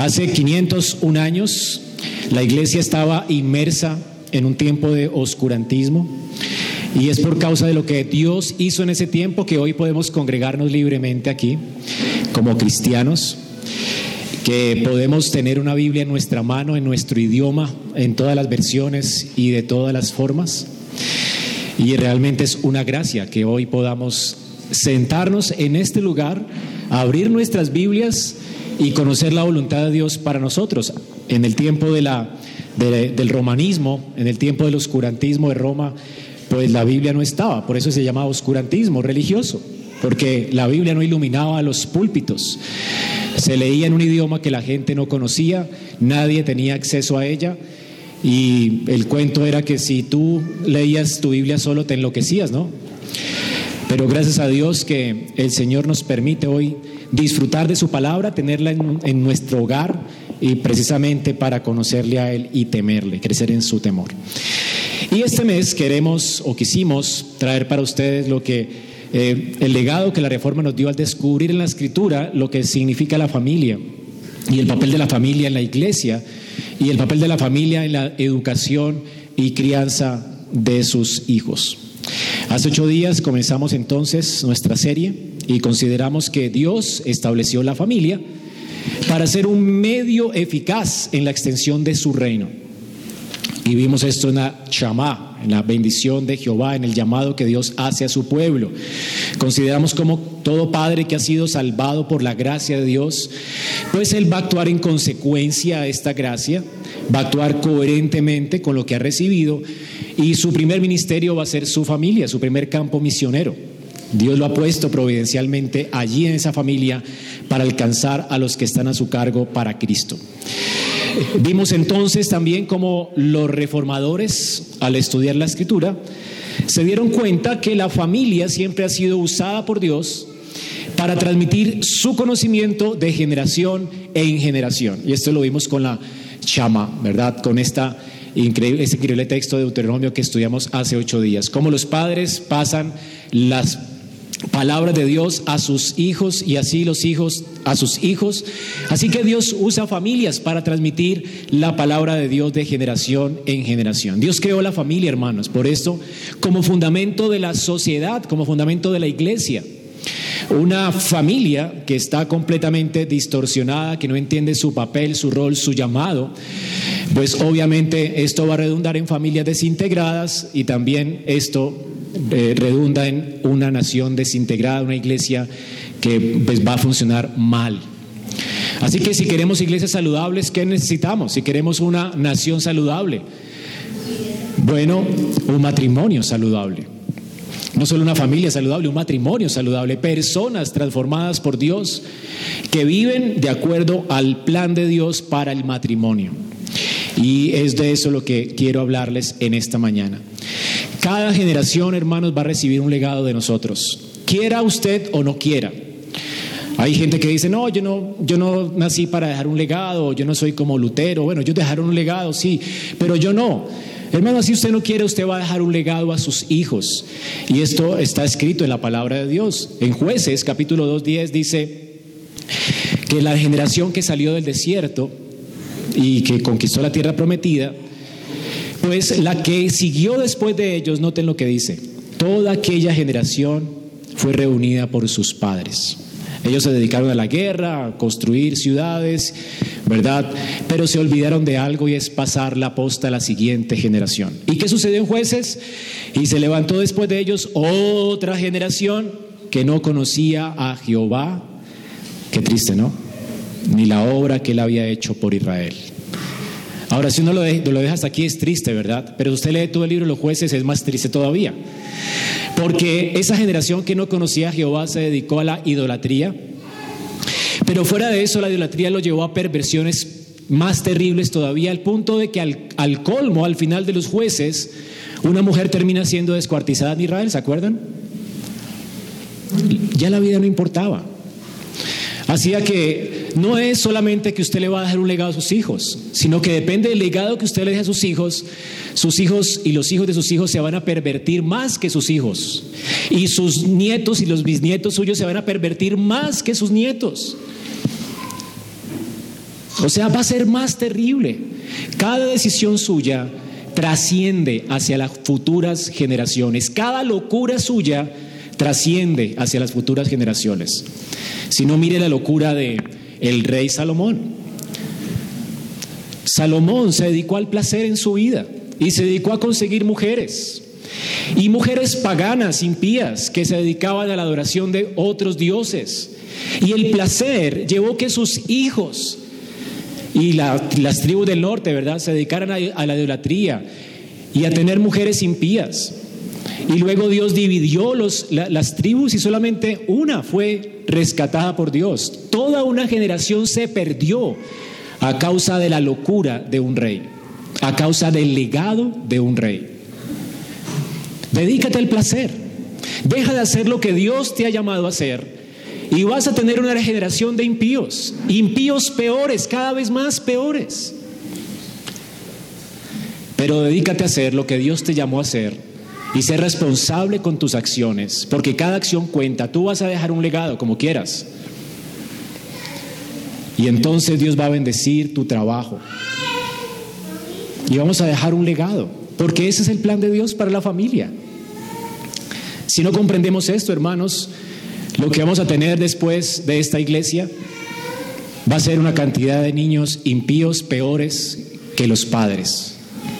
Hace 501 años, la iglesia estaba inmersa en un tiempo de oscurantismo, y es por causa de lo que Dios hizo en ese tiempo que hoy podemos congregarnos libremente aquí como cristianos, que podemos tener una Biblia en nuestra mano, en nuestro idioma, en todas las versiones y de todas las formas. Y realmente es una gracia que hoy podamos sentarnos en este lugar, abrir nuestras Biblias y conocer la voluntad de Dios para nosotros. En el tiempo del romanismo, en el tiempo del oscurantismo de Roma, pues la Biblia no estaba, por eso se llama oscurantismo religioso, porque la Biblia no iluminaba los púlpitos, se leía en un idioma que la gente no conocía, nadie tenía acceso a ella, y el cuento era que si tú leías tu Biblia solo te enloquecías, ¿no? Pero gracias a Dios que el Señor nos permite hoy disfrutar de su palabra, tenerla en nuestro hogar, y precisamente para conocerle a Él y temerle, crecer en su temor. Y este mes quisimos traer para ustedes lo que el legado que la Reforma nos dio al descubrir en la Escritura lo que significa la familia y el papel de la familia en la iglesia y el papel de la familia en la educación y crianza de sus hijos. Hace 8 días comenzamos entonces nuestra serie y consideramos que Dios estableció la familia para ser un medio eficaz en la extensión de su reino. Y vimos esto en la Shamá, en la bendición de Jehová, en el llamado que Dios hace a su pueblo. Consideramos como todo padre que ha sido salvado por la gracia de Dios, pues él va a actuar en consecuencia a esta gracia, va a actuar coherentemente con lo que ha recibido, y su primer ministerio va a ser su familia, su primer campo misionero. Dios lo ha puesto providencialmente allí en esa familia para alcanzar a los que están a su cargo para Cristo. Vimos entonces también cómo los reformadores, al estudiar la Escritura, se dieron cuenta que la familia siempre ha sido usada por Dios para transmitir su conocimiento de generación en generación. Y esto lo vimos con la Shama, ¿verdad? Con este increíble texto de Deuteronomio que estudiamos hace 8 días. Cómo los padres pasan las palabras de Dios a sus hijos y así los hijos a sus hijos. Así que Dios usa familias para transmitir la palabra de Dios de generación en generación. Dios creó la familia, hermanos, por esto, como fundamento de la sociedad, como fundamento de la iglesia. Una familia que está completamente distorsionada, que no entiende su papel, su rol, su llamado, pues obviamente esto va a redundar en familias desintegradas, y también esto redunda en una nación desintegrada, una iglesia que pues va a funcionar mal. Así que si queremos iglesias saludables, ¿qué necesitamos? Si queremos una nación saludable, bueno, un matrimonio saludable. No solo una familia saludable, un matrimonio saludable, personas transformadas por Dios que viven de acuerdo al plan de Dios para el matrimonio. Y es de eso lo que quiero hablarles en esta mañana. Cada generación, hermanos, va a recibir un legado de nosotros, quiera usted o no quiera. Hay gente que dice, no, yo no nací para dejar un legado, yo no soy como Lutero. Bueno, ellos dejaron un legado, sí, pero yo no. Hermano, si usted no quiere, usted va a dejar un legado a sus hijos. Y esto está escrito en la palabra de Dios. En Jueces, capítulo 2:10, dice que la generación que salió del desierto y que conquistó la tierra prometida, pues la que siguió después de ellos, noten lo que dice: toda aquella generación fue reunida por sus padres. Ellos se dedicaron a la guerra, a construir ciudades, ¿verdad? Pero se olvidaron de algo, y es pasar la posta a la siguiente generación. ¿Y qué sucedió en Jueces? Y se levantó después de ellos otra generación que no conocía a Jehová. Qué triste, ¿no? Ni la obra que él había hecho por Israel. Ahora, si uno lo deja hasta aquí, es triste, ¿verdad? Pero usted lee todo el libro de los Jueces, es más triste todavía. Porque esa generación que no conocía a Jehová se dedicó a la idolatría. Pero fuera de eso, la idolatría lo llevó a perversiones más terribles todavía, al punto de que al colmo, al final de los Jueces, una mujer termina siendo descuartizada en Israel, ¿se acuerdan? Ya la vida no importaba. Hacía que no es solamente que usted le va a dejar un legado a sus hijos, sino que depende del legado que usted le deje a sus hijos y los hijos de sus hijos se van a pervertir más que sus hijos, y sus nietos y los bisnietos suyos se van a pervertir más que sus nietos. O sea, va a ser más terrible. Cada decisión suya trasciende hacia las futuras generaciones. Cada locura suya trasciende hacia las futuras generaciones. Si no, mire la locura de el rey Salomón. Salomón se dedicó al placer en su vida y se dedicó a conseguir mujeres. Y mujeres paganas, impías, que se dedicaban a la adoración de otros dioses. Y el placer llevó que sus hijos y las tribus del norte, ¿verdad?, se dedicaran a la idolatría y a tener mujeres impías. Y luego Dios dividió las tribus y solamente una fue rescatada por Dios. Toda una generación se perdió a causa de la locura de un rey, a causa del legado de un rey. Dedícate al placer, deja de hacer lo que Dios te ha llamado a hacer y vas a tener una generación de impíos, impíos peores, cada vez más peores. Pero dedícate a hacer lo que Dios te llamó a hacer y ser responsable con tus acciones, porque cada acción cuenta. Tú vas a dejar un legado como quieras. Y entonces Dios va a bendecir tu trabajo. Y vamos a dejar un legado, porque ese es el plan de Dios para la familia. Si no comprendemos esto, hermanos, lo que vamos a tener después de esta iglesia va a ser una cantidad de niños impíos peores que los padres.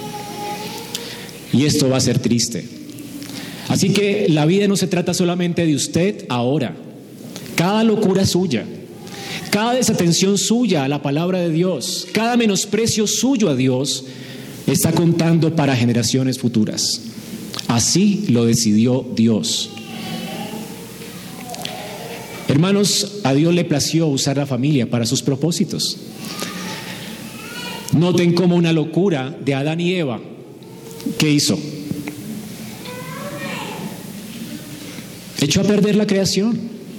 Y esto va a ser triste. Así que la vida no se trata solamente de usted ahora. Cada locura suya, cada desatención suya a la palabra de Dios, cada menosprecio suyo a Dios está contando para generaciones futuras. Así lo decidió Dios. Hermanos, a Dios le plació usar la familia para sus propósitos. Noten cómo una locura de Adán y Eva, ¿qué hizo? Echó a perder la creación.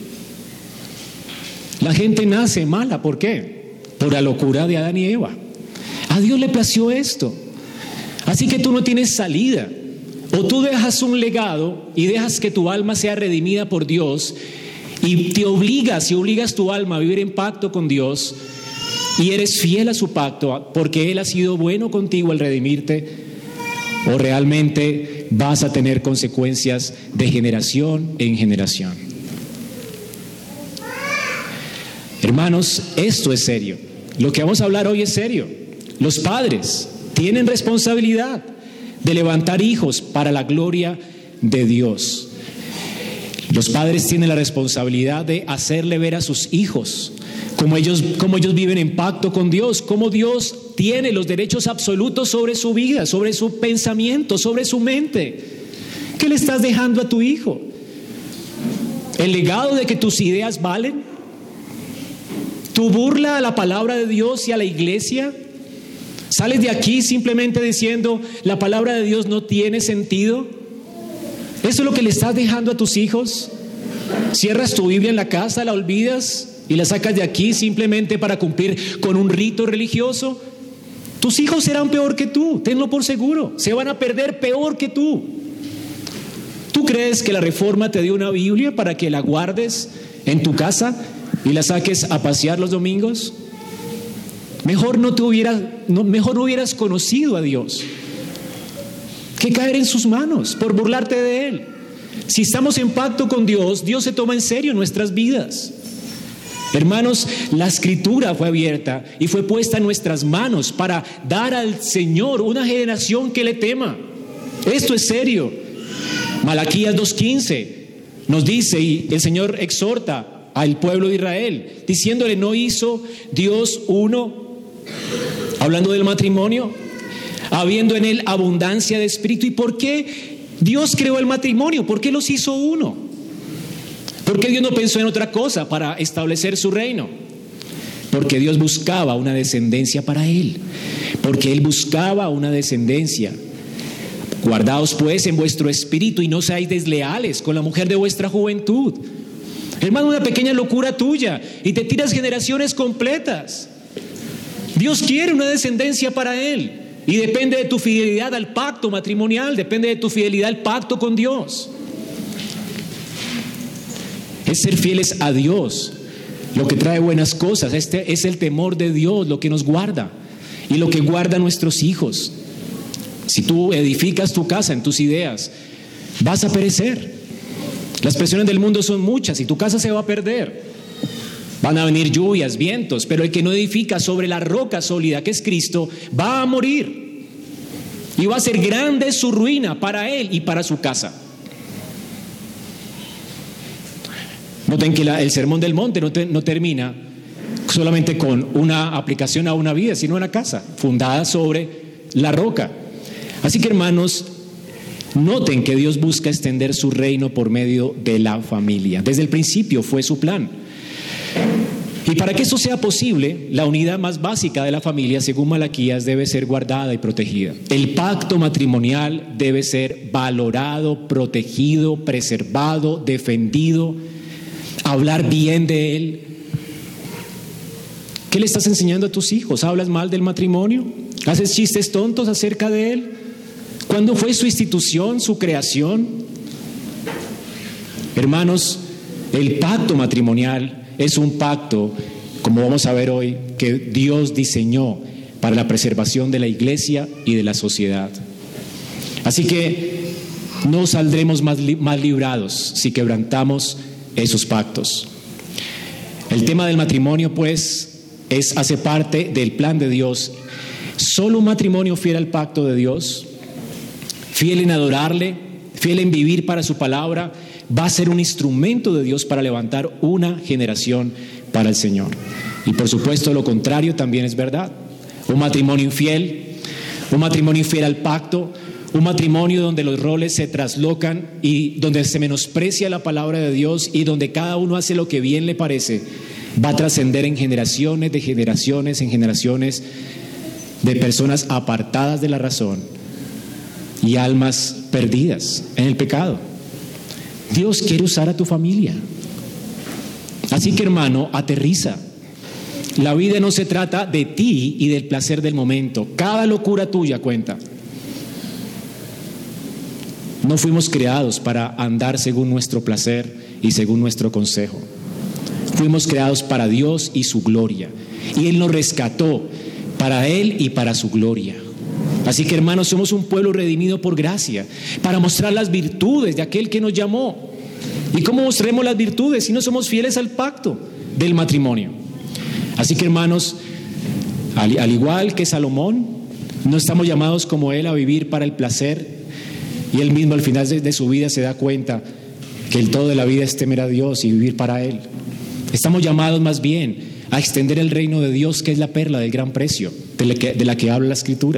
La gente nace mala, ¿por qué? Por la locura de Adán y Eva. A Dios le plació esto. Así que tú no tienes salida. O tú dejas un legado y dejas que tu alma sea redimida por Dios y te obligas y obligas tu alma a vivir en pacto con Dios y eres fiel a su pacto porque Él ha sido bueno contigo al redimirte, o realmente vas a tener consecuencias de generación en generación. Hermanos, esto es serio. Lo que vamos a hablar hoy es serio. Los padres tienen responsabilidad de levantar hijos para la gloria de Dios. Los padres tienen la responsabilidad de hacerle ver a sus hijos cómo ellos viven en pacto con Dios, cómo Dios tiene los derechos absolutos sobre su vida, sobre su pensamiento, sobre su mente. ¿Qué le estás dejando a tu hijo? ¿El legado de que tus ideas valen? ¿Tu burla a la palabra de Dios y a la iglesia? ¿Sales de aquí simplemente diciendo la palabra de Dios no tiene sentido? ¿Eso es lo que le estás dejando a tus hijos? ¿Cierras tu Biblia en la casa, la olvidas y la sacas de aquí simplemente para cumplir con un rito religioso? Tus hijos serán peor que tú, tenlo por seguro. Se van a perder peor que tú. ¿Tú crees que la Reforma te dio una Biblia para que la guardes en tu casa y la saques a pasear los domingos? Mejor no hubieras conocido a Dios que caer en sus manos por burlarte de Él. Si estamos en pacto con Dios, Dios se toma en serio nuestras vidas. Hermanos, la Escritura fue abierta y fue puesta en nuestras manos para dar al Señor una generación que le tema. Esto es serio. Malaquías 2:15 nos dice, y el Señor exhorta al pueblo de Israel, diciéndole: ¿no hizo Dios uno? Hablando del matrimonio, habiendo en él abundancia de espíritu. ¿Y por qué Dios creó el matrimonio? ¿Por qué los hizo uno? ¿Por qué Dios no pensó en otra cosa para establecer su reino? Porque Dios buscaba una descendencia para Él. Porque Él buscaba una descendencia. Guardaos pues en vuestro espíritu y no seáis desleales con la mujer de vuestra juventud. Hermano, una pequeña locura tuya y te tiras generaciones completas. Dios quiere una descendencia para Él y depende de tu fidelidad al pacto matrimonial, depende de tu fidelidad al pacto con Dios. Es ser fieles a Dios lo que trae buenas cosas. Este es el temor de Dios, lo que nos guarda y lo que guarda a nuestros hijos. Si tú edificas tu casa en tus ideas, vas a perecer. Las presiones del mundo son muchas y tu casa se va a perder. Van a venir lluvias, vientos, pero el que no edifica sobre la roca sólida que es Cristo va a morir. Y va a ser grande su ruina para él y para su casa. Noten que el Sermón del Monte no termina solamente con una aplicación a una vida, sino a una casa fundada sobre la roca. Así que, hermanos, noten que Dios busca extender su reino por medio de la familia. Desde el principio fue su plan. Y para que esto sea posible, la unidad más básica de la familia, según Malaquías, debe ser guardada y protegida. El pacto matrimonial debe ser valorado, protegido, preservado, defendido, hablar bien de él. ¿Qué le estás enseñando a tus hijos? ¿Hablas mal del matrimonio? ¿Haces chistes tontos acerca de él? ¿Cuándo fue su institución, su creación? Hermanos, el pacto matrimonial es un pacto, como vamos a ver hoy, que Dios diseñó para la preservación de la iglesia y de la sociedad. Así que no saldremos más librados si quebrantamos esos pactos. El tema del matrimonio, pues, hace parte del plan de Dios. Solo un matrimonio fiel al pacto de Dios, fiel en adorarle, fiel en vivir para su palabra, va a ser un instrumento de Dios para levantar una generación para el Señor. Y por supuesto lo contrario también es verdad. Un matrimonio infiel al pacto, un matrimonio donde los roles se traslocan y donde se menosprecia la palabra de Dios y donde cada uno hace lo que bien le parece, va a trascender en generaciones de generaciones, en generaciones de personas apartadas de la razón y almas perdidas en el pecado. Dios quiere usar a tu familia. Así que, hermano, aterriza. La vida no se trata de ti y del placer del momento. Cada locura tuya cuenta. No fuimos creados para andar según nuestro placer y según nuestro consejo. Fuimos creados para Dios y su gloria. Y Él nos rescató para Él y para su gloria. Así que, hermanos, somos un pueblo redimido por gracia, para mostrar las virtudes de aquel que nos llamó. ¿Y cómo mostremos las virtudes si no somos fieles al pacto del matrimonio? Así que, hermanos, al igual que Salomón, no estamos llamados como él a vivir para el placer, y él mismo al final de su vida se da cuenta que el todo de la vida es temer a Dios y vivir para él. Estamos llamados más bien a extender el reino de Dios, que es la perla del gran precio, de la que habla la Escritura.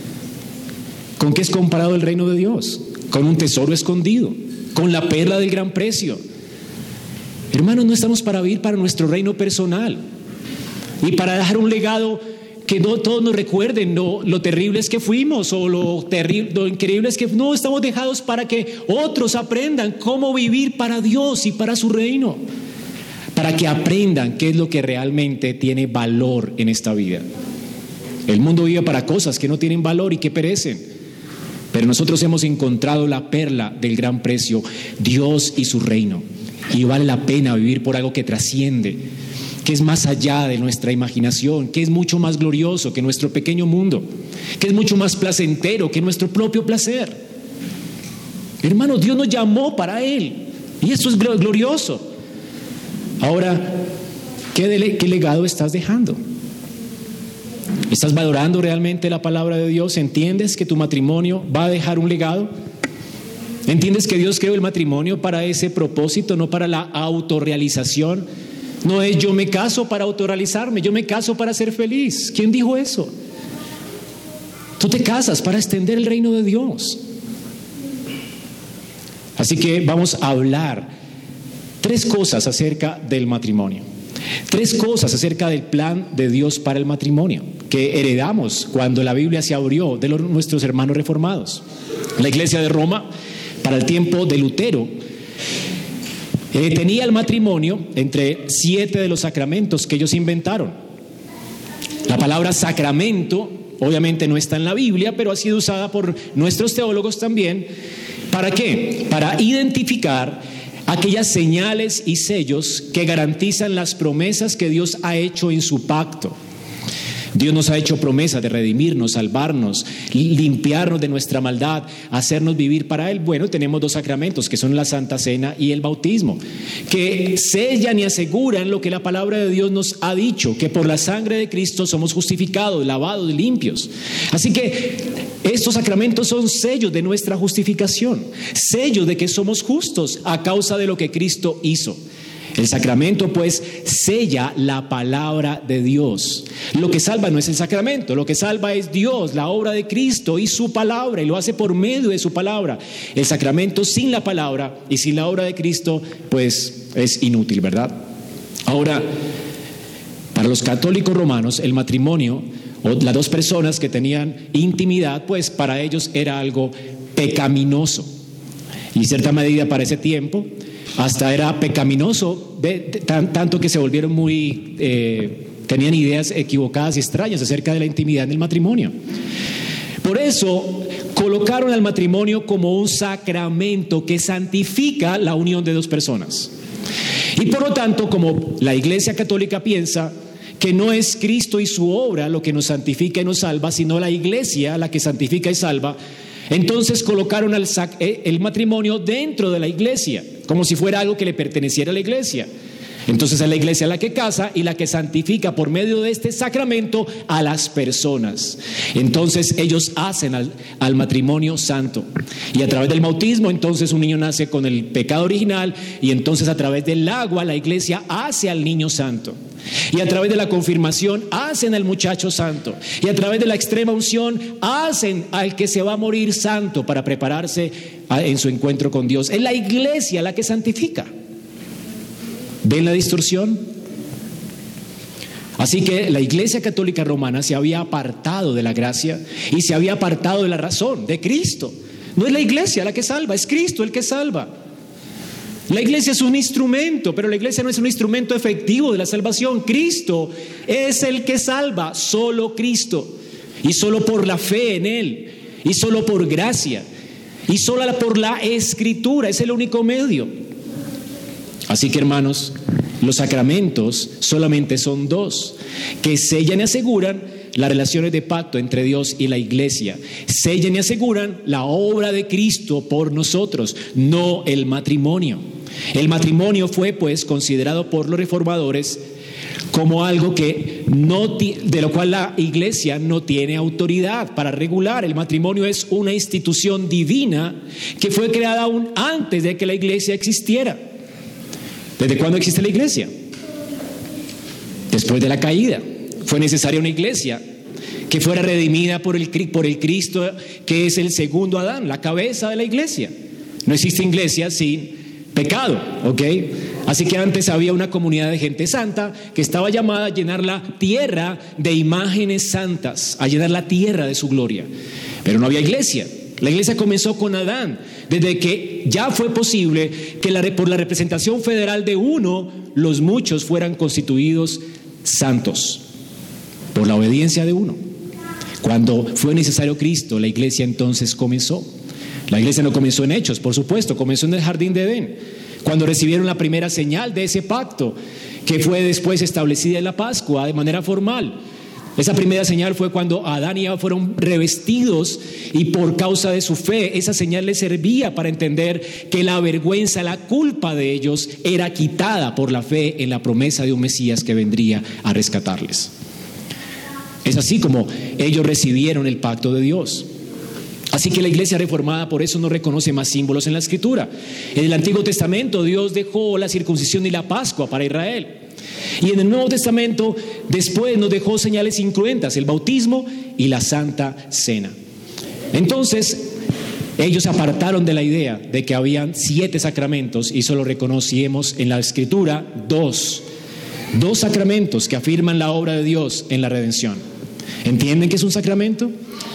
¿Con qué es comparado el reino de Dios? Con un tesoro escondido, con la perla del gran precio. Hermanos, no estamos para vivir para nuestro reino personal y para dejar un legado que no todos nos recuerden lo terribles que fuimos o lo increíble es que no estamos dejados para que otros aprendan cómo vivir para Dios y para su reino, para que aprendan qué es lo que realmente tiene valor en esta vida. El mundo vive para cosas que no tienen valor y que perecen. Pero nosotros hemos encontrado la perla del gran precio, Dios y su reino. Y vale la pena vivir por algo que trasciende, que es más allá de nuestra imaginación, que es mucho más glorioso que nuestro pequeño mundo, que es mucho más placentero que nuestro propio placer. Hermanos, Dios nos llamó para Él y eso es glorioso. Ahora, ¿qué legado estás dejando? ¿Estás valorando realmente la palabra de Dios? ¿Entiendes que tu matrimonio va a dejar un legado? ¿Entiendes que Dios creó el matrimonio para ese propósito, no para la autorrealización? No es yo me caso para autorrealizarme, yo me caso para ser feliz. ¿Quién dijo eso? Tú te casas para extender el reino de Dios. Así que vamos a hablar 3 cosas acerca del matrimonio. 3 cosas acerca del plan de Dios para el matrimonio que heredamos cuando la Biblia se abrió de nuestros hermanos reformados. La iglesia de Roma, para el tiempo de Lutero, tenía el matrimonio entre 7 de los sacramentos que ellos inventaron. La palabra sacramento obviamente no está en la Biblia, pero ha sido usada por nuestros teólogos también. ¿Para qué? Para identificar aquellas señales y sellos que garantizan las promesas que Dios ha hecho en su pacto. Dios nos ha hecho promesas de redimirnos, salvarnos, limpiarnos de nuestra maldad, hacernos vivir para Él. Bueno, tenemos 2 sacramentos, que son la Santa Cena y el bautismo, que sellan y aseguran lo que la palabra de Dios nos ha dicho, que por la sangre de Cristo somos justificados, lavados y limpios. Así que estos sacramentos son sellos de nuestra justificación, sellos de que somos justos a causa de lo que Cristo hizo. El sacramento, pues, sella la palabra de Dios. Lo que salva no es el sacramento, lo que salva es Dios, la obra de Cristo y su palabra, y lo hace por medio de su palabra. El sacramento sin la palabra y sin la obra de Cristo, pues, es inútil, ¿verdad? Ahora, para los católicos romanos, el matrimonio, o las 2 personas que tenían intimidad, pues, para ellos era algo pecaminoso. Y en cierta medida para ese tiempo, hasta era pecaminoso, tanto que se volvieron tenían ideas equivocadas y extrañas acerca de la intimidad en el matrimonio. Por eso colocaron al matrimonio como un sacramento que santifica la unión de 2 personas. Y por lo tanto, como la Iglesia Católica piensa que no es Cristo y su obra lo que nos santifica y nos salva, sino la Iglesia la que santifica y salva, entonces colocaron el matrimonio dentro de la iglesia, como si fuera algo que le perteneciera a la iglesia. Entonces es la iglesia la que casa y la que santifica por medio de este sacramento a las personas. Entonces ellos hacen al matrimonio santo. Y a través del bautismo, entonces un niño nace con el pecado original, y entonces a través del agua la iglesia hace al niño santo. Y a través de la confirmación hacen al muchacho santo. Y a través de la extrema unción hacen al que se va a morir santo para prepararse en su encuentro con Dios. Es la iglesia la que santifica. ¿Ven la distorsión? Así que la Iglesia Católica Romana se había apartado de la gracia y se había apartado de la razón, de Cristo. No es la iglesia la que salva, es Cristo el que salva. La iglesia es un instrumento, pero la iglesia no es un instrumento efectivo de la salvación. Cristo es el que salva, solo Cristo, y solo por la fe en Él, y solo por gracia, y solo por la Escritura, es el único medio. Así que, hermanos, los sacramentos solamente son 2, que sellan y aseguran las relaciones de pacto entre Dios y la iglesia. Sellan y aseguran la obra de Cristo por nosotros, no el matrimonio. El matrimonio fue, pues, considerado por los reformadores como algo de lo cual la iglesia no tiene autoridad para regular. El matrimonio es una institución divina que fue creada aún antes de que la iglesia existiera. ¿Desde cuándo existe la iglesia? Después de la caída. Fue necesaria una iglesia que fuera redimida por el Cristo, que es el segundo Adán, la cabeza de la iglesia. No existe iglesia sin pecado, ¿ok? Así que antes había una comunidad de gente santa que estaba llamada a llenar la tierra de imágenes santas, a llenar la tierra de su gloria. Pero no había iglesia. La iglesia comenzó con Adán, desde que ya fue posible que por la representación federal de uno, los muchos fueran constituidos santos, por la obediencia de uno. Cuando fue necesario Cristo, la iglesia entonces comenzó. La iglesia no comenzó en Hechos, por supuesto, comenzó en el jardín de Edén, cuando recibieron la primera señal de ese pacto, que fue después establecida en la Pascua de manera formal. Esa primera señal fue cuando Adán y Eva fueron revestidos, y por causa de su fe, esa señal les servía para entender que la vergüenza, la culpa de ellos era quitada por la fe en la promesa de un Mesías que vendría a rescatarles. Es así como ellos recibieron el pacto de Dios. Así que la iglesia reformada por eso no reconoce más símbolos en la Escritura. En el Antiguo Testamento Dios dejó la circuncisión y la Pascua para Israel. Y en el Nuevo Testamento después nos dejó señales incruentas, el bautismo y la Santa Cena. Entonces ellos se apartaron de la idea de que habían 7 sacramentos y solo reconocíamos en la Escritura 2 sacramentos que afirman la obra de Dios en la redención. ¿Entienden que es un sacramento?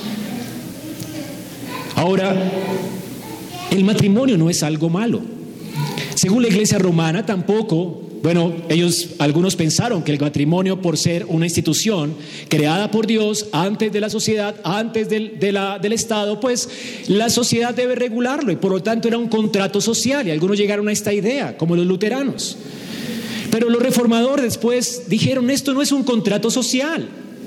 Ahora, el matrimonio no es algo malo. Según la iglesia romana, tampoco Bueno, algunos pensaron que el matrimonio, por ser una institución creada por Dios antes de la sociedad, antes del Estado, pues la sociedad debe regularlo y por lo tanto era un contrato social, y algunos llegaron a esta idea, como los luteranos. Pero los reformadores después dijeron, esto no es un contrato social.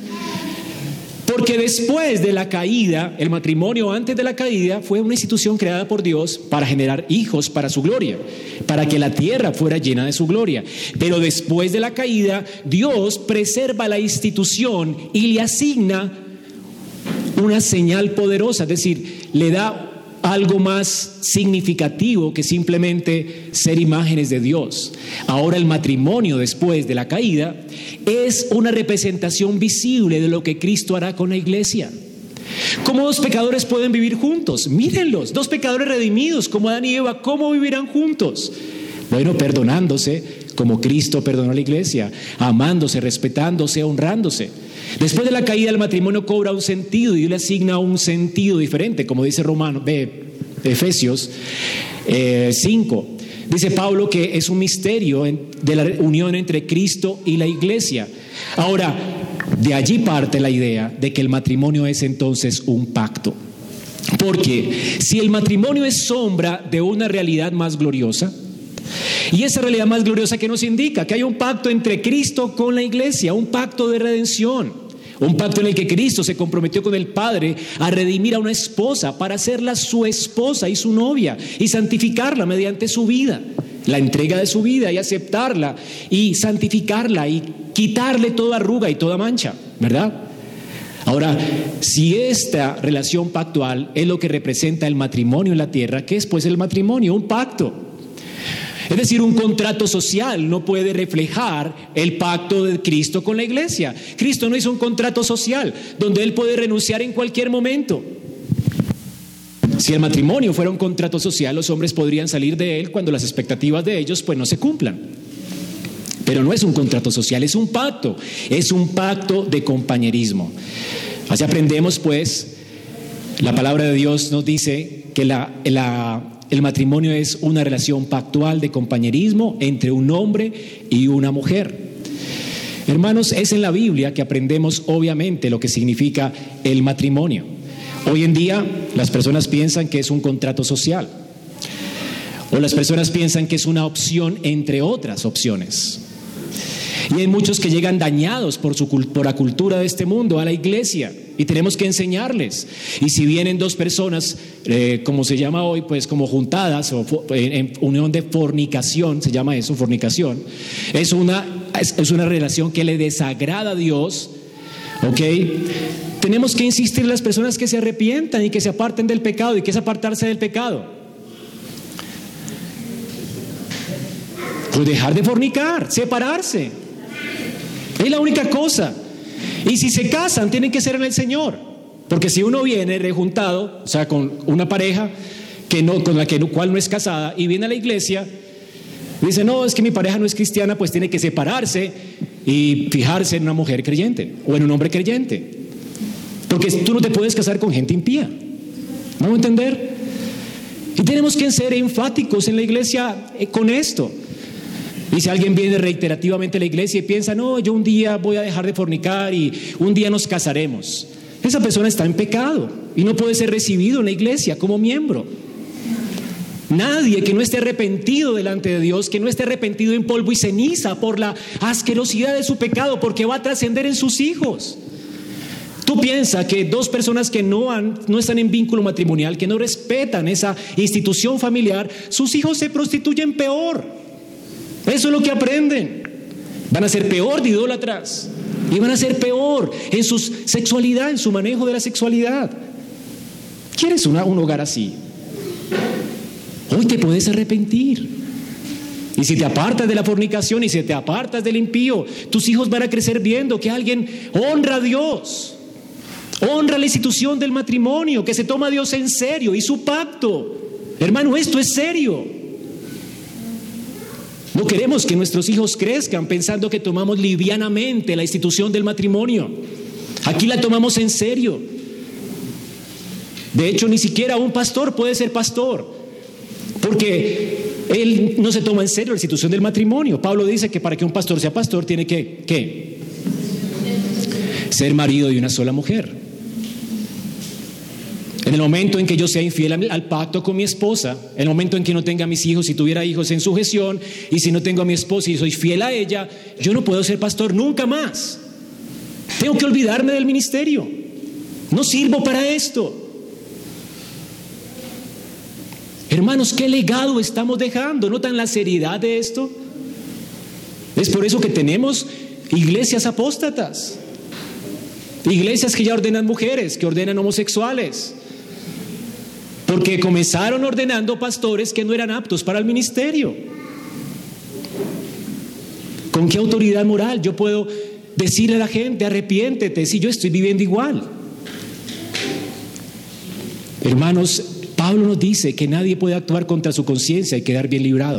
Porque después de la caída, el matrimonio antes de la caída fue una institución creada por Dios para generar hijos para su gloria, para que la tierra fuera llena de su gloria. Pero después de la caída, Dios preserva la institución y le asigna una señal poderosa, es decir, le da algo más significativo que simplemente ser imágenes de Dios. Ahora el matrimonio después de la caída es una representación visible de lo que Cristo hará con la iglesia. ¿Cómo dos pecadores pueden vivir juntos? Mírenlos, dos pecadores redimidos como Adán y Eva, ¿cómo vivirán juntos? Bueno, perdonándose como Cristo perdonó a la iglesia, amándose, respetándose, honrándose. Después de la caída, el matrimonio cobra un sentido y Dios le asigna un sentido diferente, como dice Efesios 5. Dice Pablo que es un misterio de la unión entre Cristo y la iglesia. Ahora, de allí parte la idea de que el matrimonio es entonces un pacto. Porque si el matrimonio es sombra de una realidad más gloriosa, y esa realidad más gloriosa que nos indica que hay un pacto entre Cristo con la iglesia, un pacto de redención, un pacto en el que Cristo se comprometió con el Padre a redimir a una esposa para hacerla su esposa y su novia y santificarla mediante su vida, la entrega de su vida y aceptarla y santificarla y quitarle toda arruga y toda mancha, ¿verdad? Ahora, si esta relación pactual es lo que representa el matrimonio en la tierra, ¿qué es pues el matrimonio? Un pacto. Es decir, un contrato social no puede reflejar el pacto de Cristo con la iglesia. Cristo no hizo un contrato social donde Él puede renunciar en cualquier momento. Si el matrimonio fuera un contrato social, los hombres podrían salir de él cuando las expectativas de ellos pues no se cumplan. Pero no es un contrato social, es un pacto de compañerismo. Así aprendemos pues, la palabra de Dios nos dice que el matrimonio es una relación pactual de compañerismo entre un hombre y una mujer. Hermanos, es en la Biblia que aprendemos obviamente lo que significa el matrimonio. Hoy en día las personas piensan que es un contrato social, o las personas piensan que es una opción entre otras opciones. Y hay muchos que llegan dañados por la cultura de este mundo a la iglesia, y tenemos que enseñarles. Y si vienen dos personas, como se llama hoy, pues como juntadas o en unión de fornicación, se llama eso, fornicación, es una relación que le desagrada a Dios, ¿ok? Tenemos que insistir en las personas que se arrepientan y que se aparten del pecado. ¿Y qué es apartarse del pecado? Pues dejar de fornicar, separarse. Es la única cosa. Y si se casan, tienen que ser en el Señor. Porque si uno viene rejuntado, o sea, con una pareja con la cual no es casada, y viene a la iglesia, dice, no, es que mi pareja no es cristiana, pues tiene que separarse y fijarse en una mujer creyente o en un hombre creyente. Porque tú no te puedes casar con gente impía. ¿Vamos a entender? Y tenemos que ser enfáticos en la iglesia con esto. Y si alguien viene reiterativamente a la iglesia y piensa, no, yo un día voy a dejar de fornicar y un día nos casaremos, esa persona está en pecado y no puede ser recibido en la iglesia como miembro. Nadie que no esté arrepentido delante de Dios, que no esté arrepentido en polvo y ceniza por la asquerosidad de su pecado, porque va a trascender en sus hijos. Tú piensas que dos personas que no están en vínculo matrimonial, que no respetan esa institución familiar, sus hijos se prostituyen peor. Eso es lo que aprenden. Van a ser peor de idólatras y van a ser peor en su sexualidad, en su manejo de la sexualidad. ¿Quieres un hogar así? Hoy te puedes arrepentir. Y si te apartas de la fornicación y si te apartas del impío, tus hijos van a crecer viendo que alguien honra a Dios, honra la institución del matrimonio, que se toma a Dios en serio y su pacto. Hermano, esto es serio. No queremos que nuestros hijos crezcan pensando que tomamos livianamente la institución del matrimonio. Aquí la tomamos en serio. De hecho, ni siquiera un pastor puede ser pastor, porque Él no se toma en serio la institución del matrimonio. Pablo dice que para que un pastor sea pastor tiene que ser marido de una sola mujer. En el momento en que yo sea infiel al pacto con mi esposa, en el momento en que no tenga mis hijos, si tuviera hijos en sujeción, y si no tengo a mi esposa y soy fiel a ella, yo no puedo ser pastor nunca más. Tengo que olvidarme del ministerio. No sirvo para esto. Hermanos, ¿qué legado estamos dejando? ¿Notan la seriedad de esto? Es por eso que tenemos iglesias apóstatas, iglesias que ya ordenan mujeres, que ordenan homosexuales, porque comenzaron ordenando pastores que no eran aptos para el ministerio. ¿Con qué autoridad moral yo puedo decirle a la gente, arrepiéntete, si yo estoy viviendo igual? Hermanos, Pablo nos dice que nadie puede actuar contra su conciencia y quedar bien librado.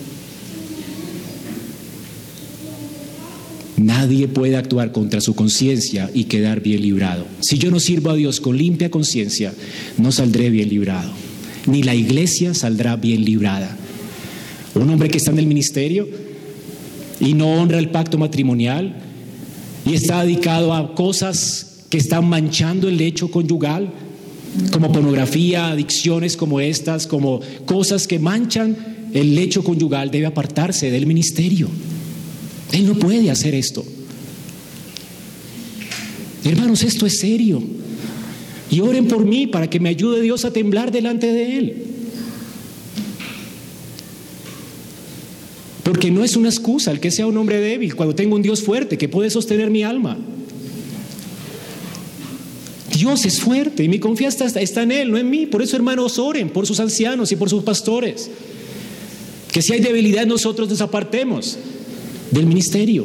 Nadie puede actuar contra su conciencia y quedar bien librado. Si yo no sirvo a Dios con limpia conciencia, no saldré bien librado. Ni la iglesia saldrá bien librada. Un hombre que está en el ministerio y no honra el pacto matrimonial y está dedicado a cosas que están manchando el lecho conyugal, como pornografía, adicciones como estas, como cosas que manchan el lecho conyugal, debe apartarse del ministerio. Él no puede hacer esto. Hermanos, esto es serio. Y oren por mí para que me ayude Dios a temblar delante de Él. Porque no es una excusa el que sea un hombre débil cuando tengo un Dios fuerte que puede sostener mi alma. Dios es fuerte y mi confianza está en Él, no en mí. Por eso, hermanos, oren por sus ancianos y por sus pastores. Que si hay debilidad, nosotros nos apartemos del ministerio.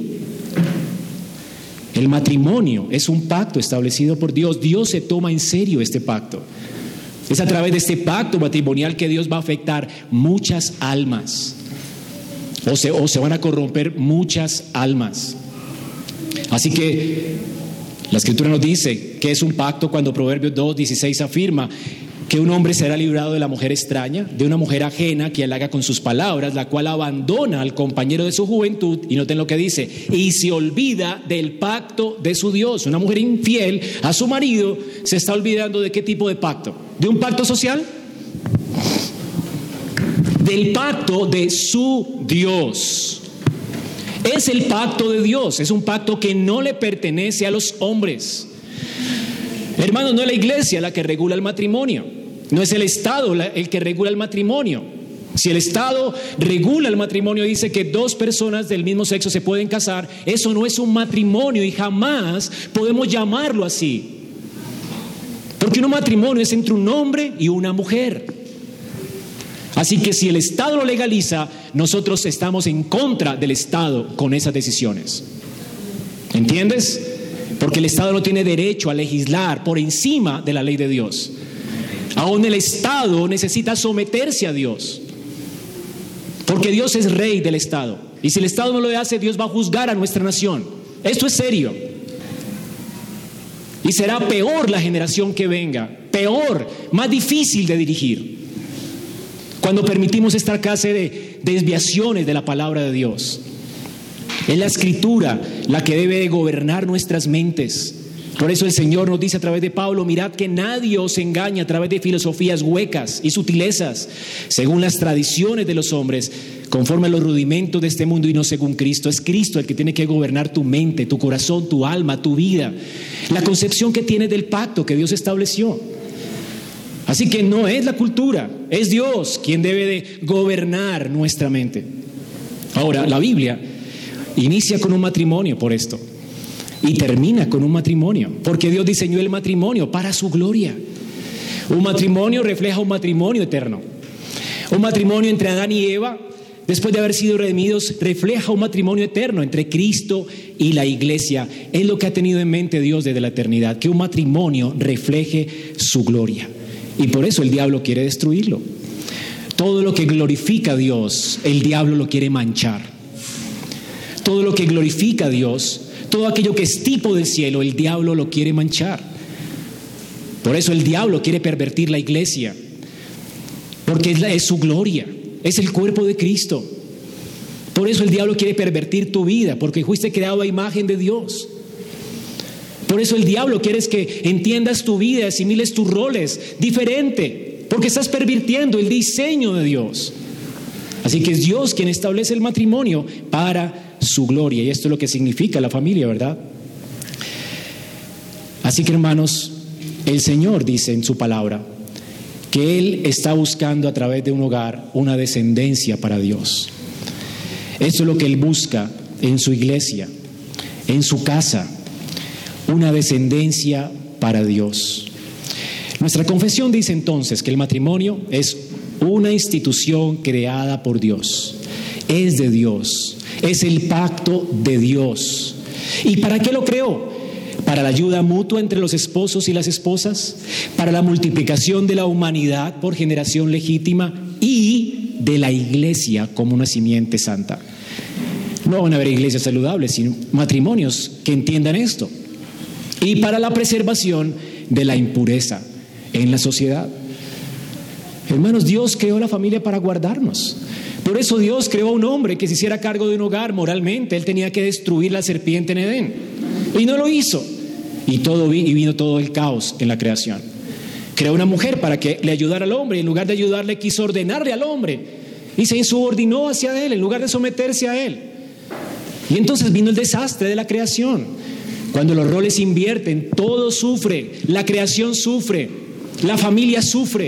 El matrimonio es un pacto establecido por Dios. Dios se toma en serio este pacto. Es a través de este pacto matrimonial que Dios va a afectar muchas almas. O se van a corromper muchas almas. Así que la Escritura nos dice que es un pacto cuando Proverbios 2:16 afirma que un hombre será librado de la mujer extraña, de una mujer ajena que halaga con sus palabras, la cual abandona al compañero de su juventud, y noten lo que dice, y se olvida del pacto de su Dios. Una mujer infiel a su marido se está olvidando ¿de qué tipo de pacto? ¿De un pacto social? Del pacto de su Dios. Es el pacto de Dios, es un pacto que no le pertenece a los hombres. Hermanos, no es la iglesia la que regula el matrimonio, no es el Estado el que regula el matrimonio. Si el Estado regula el matrimonio, dice que dos personas del mismo sexo se pueden casar, eso no es un matrimonio y jamás podemos llamarlo así. Porque un matrimonio es entre un hombre y una mujer. Así que si el Estado lo legaliza, nosotros estamos en contra del Estado con esas decisiones. ¿Entiendes? Porque el Estado no tiene derecho a legislar por encima de la ley de Dios. Aún el Estado necesita someterse a Dios. Porque Dios es rey del Estado. Y si el Estado no lo hace, Dios va a juzgar a nuestra nación. Esto es serio. Y será peor la generación que venga. Peor, más difícil de dirigir. Cuando permitimos esta clase de desviaciones de la palabra de Dios. Es la Escritura la que debe de gobernar nuestras mentes. Por eso el Señor nos dice a través de Pablo, mirad que nadie os engañe a través de filosofías huecas y sutilezas, según las tradiciones de los hombres, conforme a los rudimentos de este mundo y no según Cristo. Es Cristo el que tiene que gobernar tu mente, tu corazón, tu alma, tu vida, la concepción que tienes del pacto que Dios estableció. Así que no es la cultura, es Dios quien debe de gobernar nuestra mente. Ahora, la Biblia inicia con un matrimonio por esto y termina con un matrimonio, porque Dios diseñó el matrimonio para su gloria. Un matrimonio refleja un matrimonio eterno. Un matrimonio entre Adán y Eva, después de haber sido redimidos, refleja un matrimonio eterno entre Cristo y la iglesia. Es lo que ha tenido en mente Dios desde la eternidad, que un matrimonio refleje su gloria. Y por eso el diablo quiere destruirlo. Todo lo que glorifica a Dios, el diablo lo quiere manchar. Todo lo que glorifica a Dios, todo aquello que es tipo del cielo, el diablo lo quiere manchar. Por eso el diablo quiere pervertir la iglesia, porque es su gloria. es el cuerpo de Cristo. Por eso el diablo quiere pervertir tu vida, porque fuiste creado a imagen de Dios. Por eso el diablo quiere que entiendas tu vida, asimiles tus roles diferente, porque estás pervirtiendo el diseño de Dios. Así que es Dios quien establece el matrimonio para su gloria, y esto es lo que significa la familia, ¿verdad? Así que, hermanos, el Señor dice en su palabra que Él está buscando a través de un hogar una descendencia para Dios. Esto es lo que Él busca en su iglesia, en su casa, una descendencia para Dios. Nuestra confesión dice entonces que el matrimonio es una institución creada por Dios, es de Dios, es el pacto de Dios. ¿Y para qué lo creó? Para la ayuda mutua entre los esposos y las esposas, para la multiplicación de la humanidad por generación legítima y de la iglesia como una simiente santa. No van a haber iglesias saludables, sino matrimonios que entiendan esto. Y para la preservación de la impureza en la sociedad. Hermanos, Dios creó la familia para guardarnos. Por eso Dios creó a un hombre que se hiciera cargo de un hogar moralmente. Él tenía que destruir la serpiente en Edén. Y no lo hizo. Y vino todo el caos en la creación. Creó una mujer para que le ayudara al hombre. Y en lugar de ayudarle, quiso ordenarle al hombre. Y se insubordinó hacia él en lugar de someterse a él. Y entonces vino el desastre de la creación. Cuando los roles se invierten, todo sufre. La creación sufre. La familia sufre.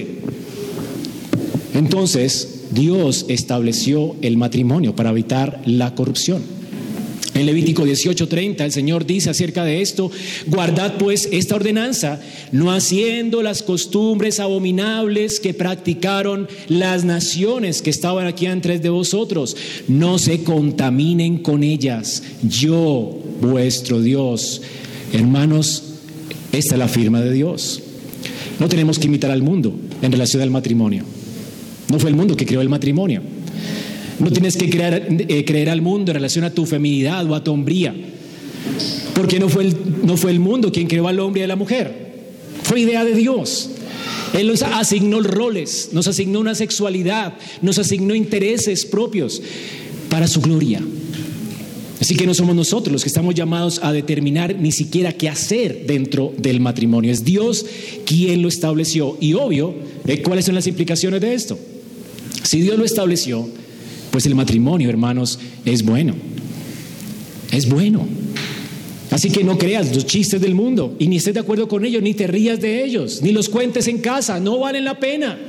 Entonces, Dios estableció el matrimonio para evitar la corrupción. En Levítico 18:30 el Señor dice acerca de esto: guardad pues esta ordenanza, no haciendo las costumbres abominables que practicaron las naciones que estaban aquí antes de vosotros, no se contaminen con ellas, yo, vuestro Dios. Hermanos, esta es la firma de Dios. No tenemos que imitar al mundo en relación al matrimonio. No fue el mundo que creó el matrimonio. No tienes que creer al mundo en relación a tu feminidad o a tu hombría, porque no fue el mundo quien creó al hombre y a la mujer. Fue idea de Dios. Él nos asignó roles, nos asignó una sexualidad, nos asignó intereses propios para su gloria. Así que no somos nosotros los que estamos llamados a determinar ni siquiera qué hacer dentro del matrimonio. Es Dios quien lo estableció. Y obvio, ¿cuáles son las implicaciones de esto? Si Dios lo estableció, pues el matrimonio, hermanos, es bueno. Es bueno. Así que no creas los chistes del mundo y ni estés de acuerdo con ellos, ni te rías de ellos, ni los cuentes en casa, no valen la pena.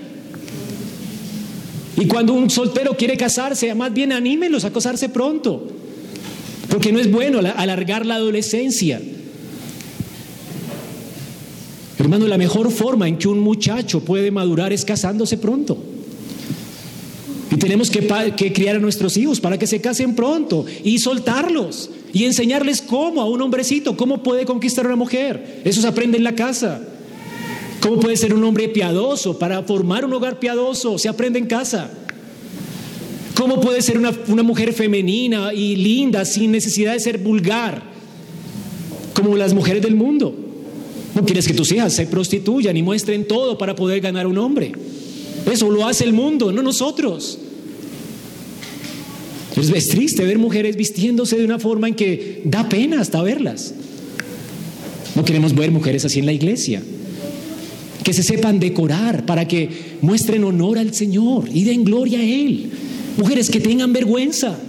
Y cuando un soltero quiere casarse, más bien anímenlos a casarse pronto, porque no es bueno alargar la adolescencia. Hermano, la mejor forma en que un muchacho puede madurar es casándose pronto. Y tenemos que criar a nuestros hijos para que se casen pronto y soltarlos y enseñarles cómo a un hombrecito, cómo puede conquistar a una mujer. Eso se aprende en la casa. Cómo puede ser un hombre piadoso, para formar un hogar piadoso, se aprende en casa. Cómo puede ser una mujer femenina y linda sin necesidad de ser vulgar, como las mujeres del mundo. No quieres que tus hijas se prostituyan y muestren todo para poder ganar un hombre. Eso lo hace el mundo, no nosotros. Es triste ver mujeres vistiéndose de una forma en que da pena hasta verlas. No queremos ver mujeres así en la iglesia. Que se sepan decorar para que muestren honor al Señor y den gloria a Él. Mujeres que tengan vergüenza.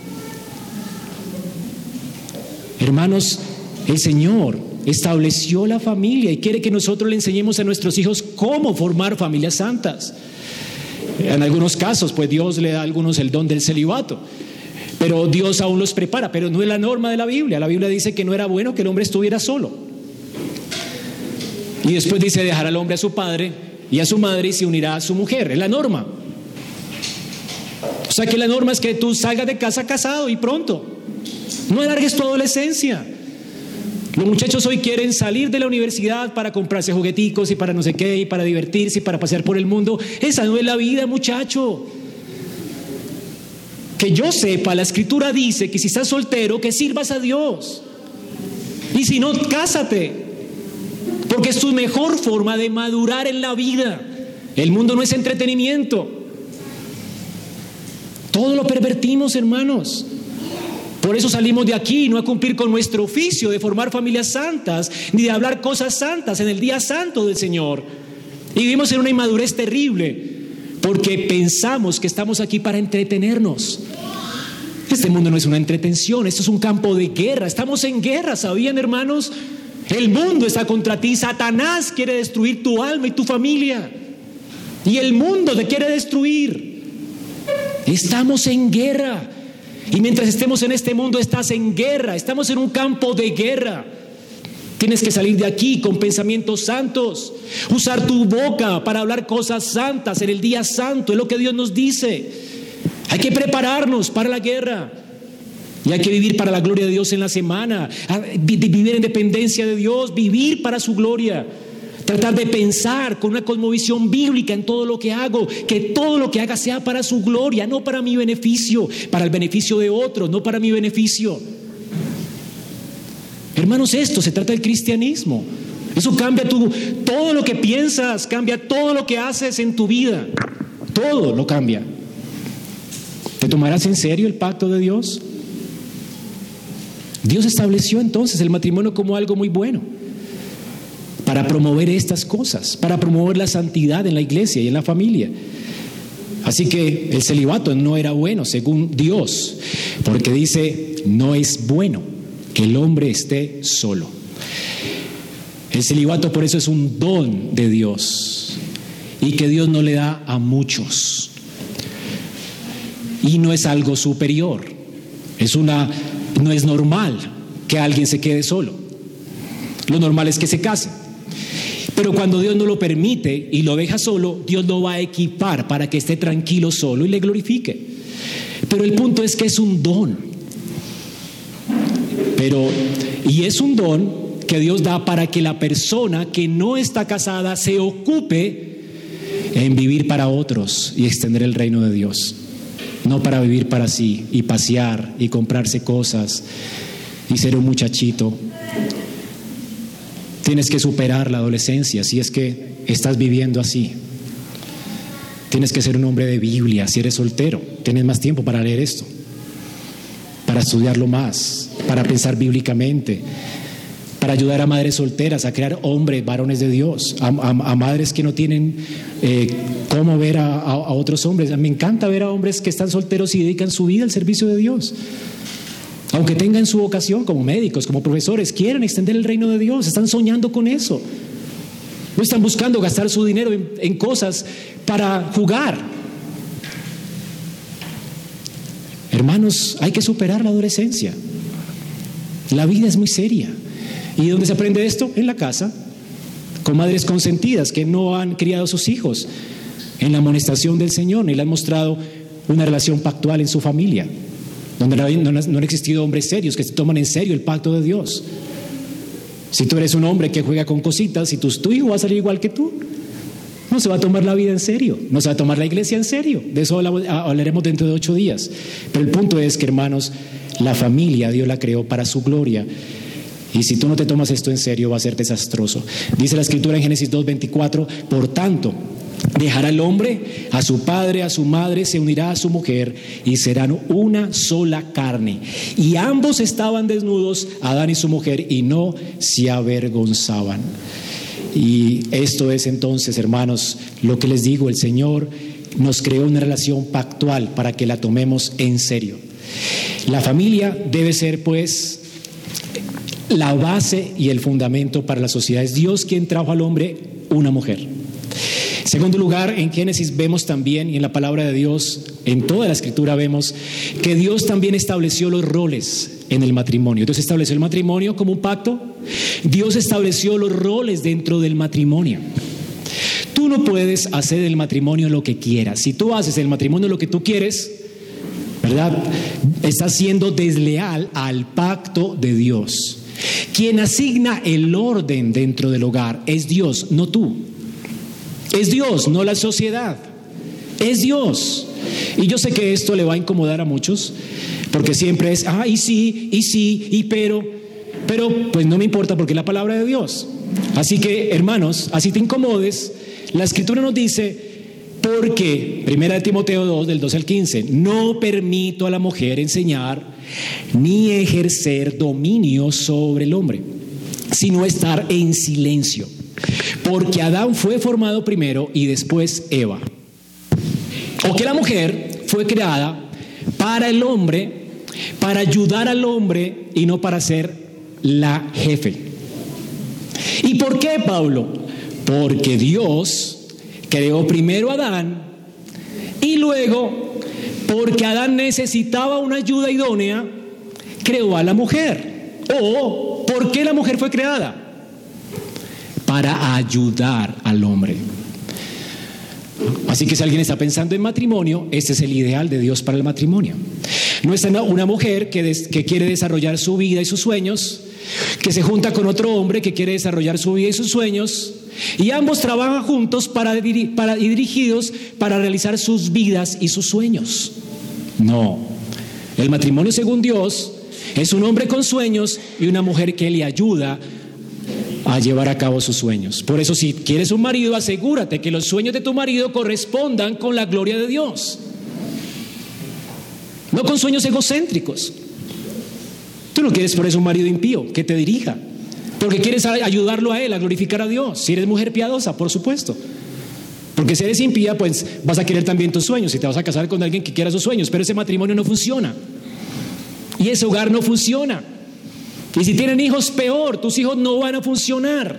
Hermanos, el Señor estableció la familia y quiere que nosotros le enseñemos a nuestros hijos cómo formar familias santas. En algunos casos, pues Dios le da a algunos el don del celibato, pero Dios aún los prepara, pero no es la norma de la Biblia. La Biblia dice que no era bueno que el hombre estuviera solo. Y después dice: dejará al hombre a su padre y a su madre y se unirá a su mujer. Es la norma. O sea que la norma es que tú salgas de casa casado y pronto. No alargues tu adolescencia. Los muchachos hoy quieren salir de la universidad para comprarse jugueticos y para no sé qué, y para divertirse y para pasear por el mundo. Esa no es la vida, muchacho. Que yo sepa, la Escritura dice que si estás soltero, que sirvas a Dios. Y si no, cásate. Porque es tu mejor forma de madurar en la vida. El mundo no es entretenimiento. Todo lo pervertimos, hermanos. Por eso salimos de aquí, no a cumplir con nuestro oficio de formar familias santas, ni de hablar cosas santas en el día santo del Señor. Y vivimos en una inmadurez terrible, porque pensamos que estamos aquí para entretenernos. Este mundo no es una entretención, esto es un campo de guerra. Estamos en guerra, ¿sabían, hermanos? El mundo está contra ti. Satanás quiere destruir tu alma y tu familia. Y el mundo te quiere destruir. Estamos en guerra. Y mientras estemos en este mundo, estás en guerra. Estamos en un campo de guerra. Tienes que salir de aquí con pensamientos santos. Usar tu boca para hablar cosas santas en el día santo. Es lo que Dios nos dice. Hay que prepararnos para la guerra. Y hay que vivir para la gloria de Dios en la semana. Vivir en dependencia de Dios. Vivir para su gloria. Tratar de pensar con una cosmovisión bíblica en todo lo que hago, que todo lo que haga sea para su gloria, no para mi beneficio, para el beneficio de otros, no para mi beneficio. Hermanos, esto se trata del cristianismo. Eso cambia todo lo que piensas, cambia todo lo que haces en tu vida. Todo lo cambia. ¿Te tomarás en serio el pacto de Dios? Dios estableció entonces el matrimonio como algo muy bueno, para promover estas cosas, para promover la santidad en la iglesia y en la familia. Así que el celibato no era bueno según Dios, porque dice, no es bueno que el hombre esté solo. El celibato por eso es un don de Dios, y que Dios no le da a muchos. Y no es algo superior, no es normal que alguien se quede solo. Lo normal es que se case. Pero cuando Dios no lo permite y lo deja solo, Dios lo va a equipar para que esté tranquilo solo y le glorifique. Pero el punto es que es un don. Y es un don que Dios da para que la persona que no está casada se ocupe en vivir para otros y extender el reino de Dios. No para vivir para sí y pasear y comprarse cosas y ser un muchachito. Tienes que superar la adolescencia si es que estás viviendo así. Tienes que ser un hombre de Biblia si eres soltero. Tienes más tiempo para leer esto, para estudiarlo más, para pensar bíblicamente, para ayudar a madres solteras a crear hombres, varones de Dios, a madres que no tienen cómo ver a otros hombres. Me encanta ver a hombres que están solteros y dedican su vida al servicio de Dios. Aunque tengan su vocación como médicos, como profesores, quieren extender el reino de Dios, están soñando con eso. No están buscando gastar su dinero en cosas para jugar. Hermanos, hay que superar la adolescencia. La vida es muy seria. ¿Y dónde se aprende esto? En la casa, con madres consentidas que no han criado a sus hijos en la amonestación del Señor, ni le han mostrado una relación pactual en su familia, donde no han existido hombres serios que se toman en serio el pacto de Dios. Si tú eres un hombre que juega con cositas y tu hijo va a salir igual que tú, no se va a tomar la vida en serio, no se va a tomar la iglesia en serio. De eso hablaremos dentro de 8 días. Pero el punto es que, hermanos, la familia Dios la creó para su gloria. Y si tú no te tomas esto en serio, va a ser desastroso. Dice la Escritura en Génesis 2:24, por tanto, dejará el hombre a su padre, a su madre, se unirá a su mujer y serán una sola carne. Y ambos estaban desnudos, Adán y su mujer, y no se avergonzaban. Y esto es entonces, hermanos, lo que les digo, el Señor nos creó una relación pactual para que la tomemos en serio. La familia debe ser, pues, la base y el fundamento para la sociedad. Es Dios quien trajo al hombre una mujer. En segundo lugar, en Génesis vemos también, y en la palabra de Dios, en toda la Escritura vemos que Dios también estableció los roles en el matrimonio. Dios estableció el matrimonio como un pacto. Dios estableció los roles dentro del matrimonio. Tú no puedes hacer del matrimonio lo que quieras. Si tú haces del matrimonio lo que tú quieres, ¿verdad?, estás siendo desleal al pacto de Dios. Quien asigna el orden dentro del hogar es Dios, no tú. Es Dios, no la sociedad. Es Dios. Y yo sé que esto le va a incomodar a muchos, porque siempre es, pero pues no me importa porque es la palabra de Dios. Así que, hermanos, así te incomodes, la Escritura nos dice Porque, 1 Timoteo 2, del 12 al 15, no permito a la mujer enseñar ni ejercer dominio sobre el hombre, sino estar en silencio. Porque Adán fue formado primero y después Eva. O que la mujer fue creada para el hombre, para ayudar al hombre y no para ser la jefe. ¿Y por qué, Pablo? Porque Dios creó primero a Adán y luego, porque Adán necesitaba una ayuda idónea, creó a la mujer. ¿O por qué la mujer fue creada? Para ayudar al hombre. Así que si alguien está pensando en matrimonio, este es el ideal de Dios para el matrimonio. No es una mujer que quiere desarrollar su vida y sus sueños, que se junta con otro hombre que quiere desarrollar su vida y sus sueños, y ambos trabajan juntos y dirigidos para realizar sus vidas y sus sueños. No, el matrimonio según Dios es un hombre con sueños y una mujer que le ayuda a llevar a cabo sus sueños. Por eso, si quieres un marido, asegúrate que los sueños de tu marido correspondan con la gloria de Dios, no con sueños egocéntricos. Tú no quieres por eso un marido impío que te dirija, porque quieres ayudarlo a él a glorificar a Dios. Si eres mujer piadosa, por supuesto, porque si eres impía, pues vas a querer también tus sueños y te vas a casar con alguien que quiera sus sueños, pero ese matrimonio no funciona y ese hogar no funciona. Y si tienen hijos, peor, tus hijos no van a funcionar.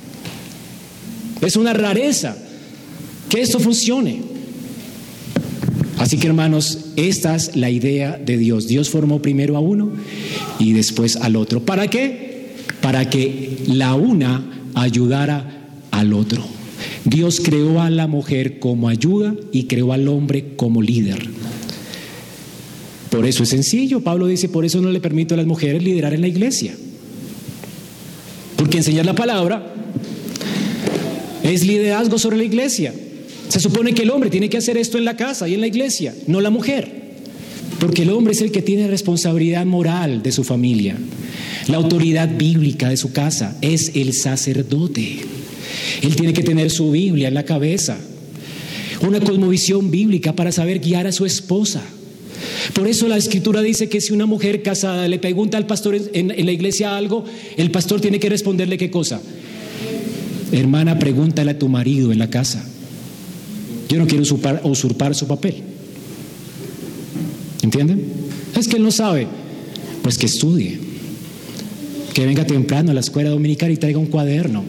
Es una rareza que esto funcione. Así que, hermanos, esta es la idea de Dios. Dios formó primero a uno y después al otro. ¿Para qué? Para que la una ayudara al otro. Dios creó a la mujer como ayuda y creó al hombre como líder. Por eso es sencillo. Pablo dice, por eso no le permito a las mujeres liderar en la iglesia. Porque enseñar la palabra es liderazgo sobre la iglesia. Se supone que el hombre tiene que hacer esto en la casa y en la iglesia, no la mujer. Porque el hombre es el que tiene responsabilidad moral de su familia. La autoridad bíblica de su casa es el sacerdote. Él tiene que tener su Biblia en la cabeza, una cosmovisión bíblica para saber guiar a su esposa. Por eso la Escritura dice que si una mujer casada le pregunta al pastor en la iglesia algo, el pastor tiene que responderle ¿qué cosa? Hermana, pregúntale a tu marido en la casa. Yo no quiero usurpar su papel. ¿Entienden? Es que él no sabe. Pues que estudie. Que venga temprano a la escuela dominical y traiga un cuaderno.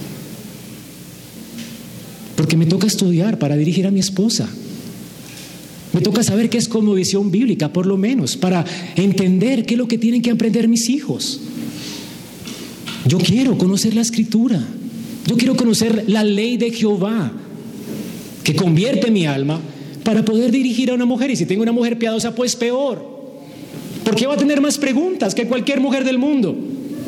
Porque me toca estudiar para dirigir a mi esposa. Me toca saber qué es cosmovisión bíblica, por lo menos, para entender qué es lo que tienen que aprender mis hijos. Yo quiero conocer la Escritura. Yo quiero conocer la ley de Jehová, que convierte mi alma para poder dirigir a una mujer. Y si tengo una mujer piadosa, pues peor. Porque va a tener más preguntas que cualquier mujer del mundo.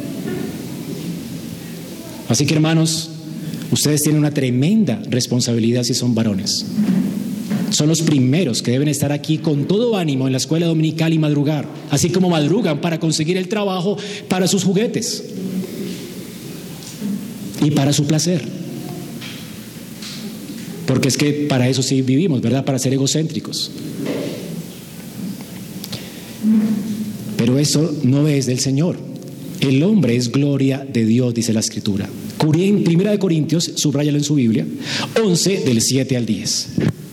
Así que, hermanos, ustedes tienen una tremenda responsabilidad si son varones. Son los primeros que deben estar aquí con todo ánimo en la escuela dominical y madrugar, así como madrugan para conseguir el trabajo para sus juguetes y para su placer. Porque es que para eso sí vivimos, ¿verdad? Para ser egocéntricos. Pero eso no es del Señor. El hombre es gloria de Dios, dice la Escritura. En 1 Corintios, subráyalo en su Biblia, 11 del 7 al 10.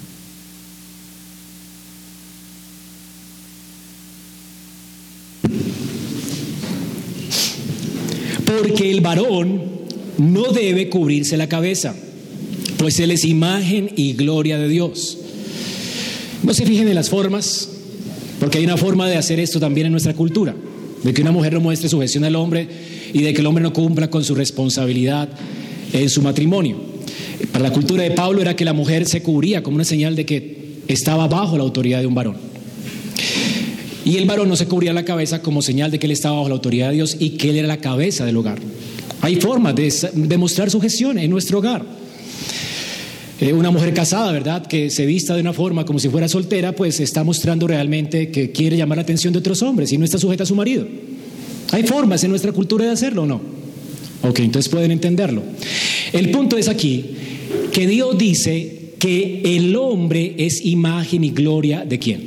Porque el varón no debe cubrirse la cabeza, pues él es imagen y gloria de Dios. No se fijen en las formas, porque hay una forma de hacer esto también en nuestra cultura, de que una mujer no muestre sujeción al hombre y de que el hombre no cumpla con su responsabilidad en su matrimonio. Para la cultura de Pablo era que la mujer se cubría como una señal de que estaba bajo la autoridad de un varón. Y el varón no se cubría la cabeza como señal de que él estaba bajo la autoridad de Dios y que él era la cabeza del hogar. Hay formas de mostrar sujeción en nuestro hogar. Una mujer casada, ¿verdad?, que se vista de una forma como si fuera soltera, pues está mostrando realmente que quiere llamar la atención de otros hombres y no está sujeta a su marido. Hay formas en nuestra cultura de hacerlo, ¿o no? Ok, entonces pueden entenderlo. El punto es aquí que Dios dice que el hombre es imagen y gloria ¿de quién?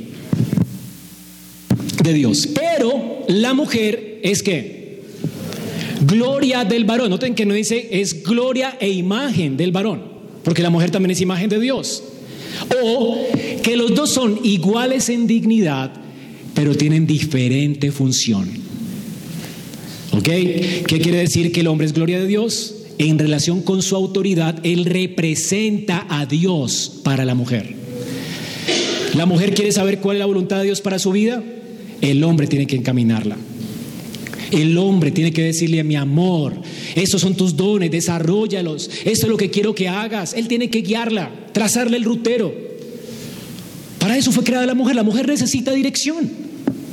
De Dios. Pero la mujer es ¿qué? Gloria del varón. Noten que no dice es gloria e imagen del varón, porque la mujer también es imagen de Dios. O que los dos son iguales en dignidad, pero tienen diferente función. ¿Ok? ¿Qué quiere decir que el hombre es gloria de Dios? En relación con su autoridad, él representa a Dios para la mujer. ¿La mujer quiere saber cuál es la voluntad de Dios para su vida? El hombre tiene que encaminarla. El hombre tiene que decirle: mi amor, estos son tus dones, desarróllalos, esto es lo que quiero que hagas. Él tiene que guiarla, trazarle el rutero. Para eso fue creada la mujer necesita dirección.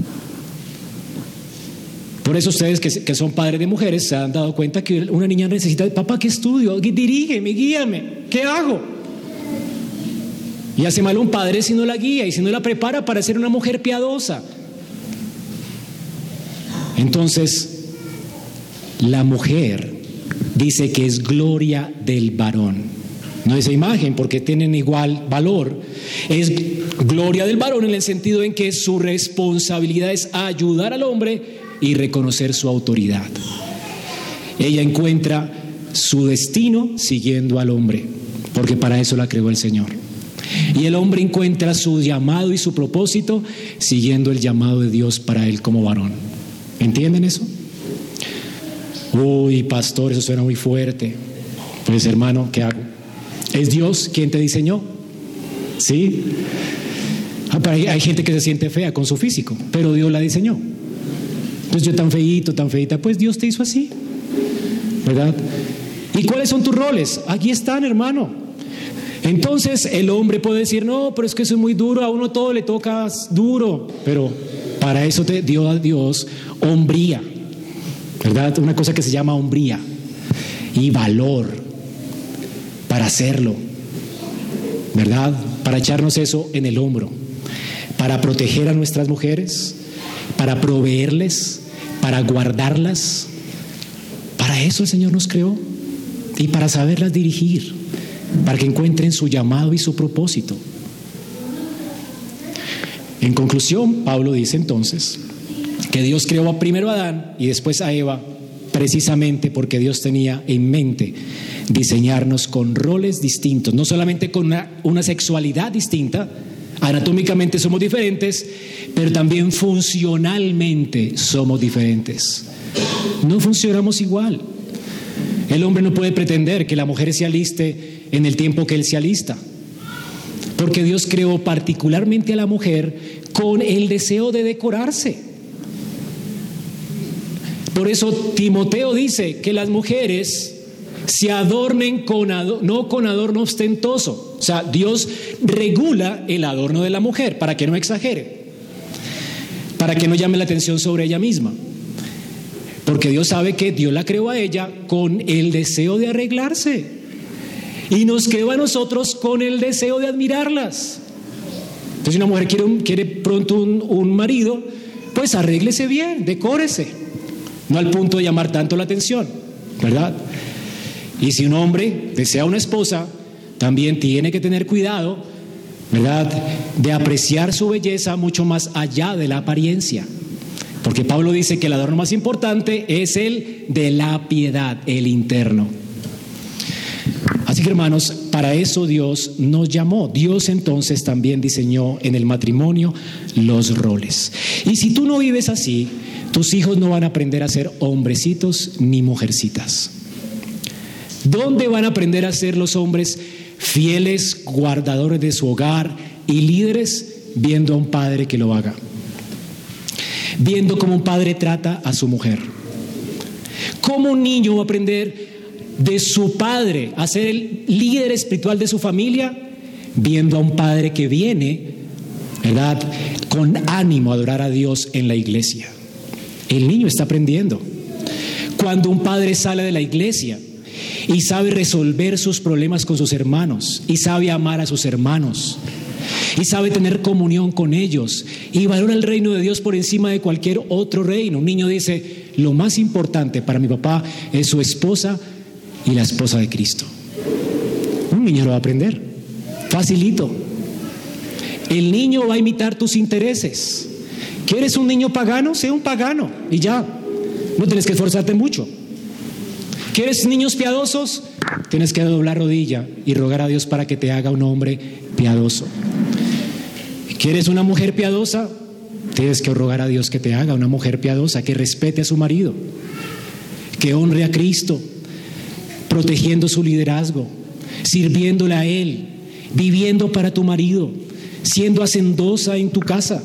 Por eso ustedes que son padres de mujeres se han dado cuenta que una niña necesita: papá, ¿qué estudio? Dirígeme, guíame, ¿qué hago? Y hace mal un padre si no la guía y si no la prepara para ser una mujer piadosa. Entonces, la mujer dice que es gloria del varón. No es imagen porque tienen igual valor. Es gloria del varón en el sentido en que su responsabilidad es ayudar al hombre y reconocer su autoridad. Ella encuentra su destino siguiendo al hombre, porque para eso la creó el Señor. Y el hombre encuentra su llamado y su propósito siguiendo el llamado de Dios para él como varón. ¿Entienden eso? Uy, pastor, eso suena muy fuerte. Pues hermano, ¿qué hago? ¿Es Dios quien te diseñó? ¿Sí? Pero hay gente que se siente fea con su físico, pero Dios la diseñó. Pues yo tan feíto, tan feita, pues Dios te hizo así, ¿verdad? ¿Y cuáles son tus roles? Aquí están, hermano. Entonces el hombre puede decir: no, pero es que soy muy duro, a uno todo le toca duro. Pero para eso te dio a Dios hombría, ¿verdad? Una cosa que se llama hombría y valor para hacerlo, ¿verdad? Para echarnos eso en el hombro, para proteger a nuestras mujeres, para proveerles, para guardarlas. Para eso el Señor nos creó y para saberlas dirigir, para que encuentren su llamado y su propósito. En conclusión, Pablo dice entonces que Dios creó primero a Adán y después a Eva, precisamente porque Dios tenía en mente diseñarnos con roles distintos, no solamente con una sexualidad distinta. Anatómicamente somos diferentes, pero también funcionalmente somos diferentes. No funcionamos igual. El hombre no puede pretender que la mujer se aliste en el tiempo que él se alista, porque Dios creó particularmente a la mujer con el deseo de decorarse. Por eso Timoteo dice que las mujeres se adornen no con adorno ostentoso. O sea, Dios regula el adorno de la mujer para que no exagere, para que no llame la atención sobre ella misma, porque Dios sabe que Dios la creó a ella con el deseo de arreglarse y nos creó a nosotros con el deseo de admirarlas. Entonces, si una mujer quiere pronto un marido, pues arréglese bien, decórese, no al punto de llamar tanto la atención, ¿verdad? Y si un hombre desea una esposa, también tiene que tener cuidado, ¿verdad?, de apreciar su belleza mucho más allá de la apariencia, porque Pablo dice que el adorno más importante es el de la piedad, el interno. Así que, hermanos, para eso Dios nos llamó. Dios entonces también diseñó en el matrimonio los roles. Y si tú no vives así, tus hijos no van a aprender a ser hombrecitos ni mujercitas. ¿Dónde van a aprender a ser los hombres fieles, guardadores de su hogar y líderes? Viendo a un padre que lo haga, viendo cómo un padre trata a su mujer. ¿Cómo un niño va a aprender de su padre a ser el líder espiritual de su familia? Viendo a un padre que viene, ¿verdad?, con ánimo a adorar a Dios en la iglesia. El niño está aprendiendo. Cuando un padre sale de la iglesia y sabe resolver sus problemas con sus hermanos, y sabe amar a sus hermanos, y sabe tener comunión con ellos, y valora el reino de Dios por encima de cualquier otro reino. Un niño dice: lo más importante para mi papá es su esposa y la esposa de Cristo. Un niño lo va a aprender. Facilito. El niño va a imitar tus intereses. ¿Quieres un niño pagano? Sé un pagano y ya. No tienes que esforzarte mucho. ¿Quieres niños piadosos? Tienes que doblar rodilla y rogar a Dios para que te haga un hombre piadoso. ¿Quieres una mujer piadosa? Tienes que rogar a Dios que te haga una mujer piadosa, que respete a su marido, que honre a Cristo, protegiendo su liderazgo, sirviéndole a Él, viviendo para tu marido, siendo hacendosa en tu casa.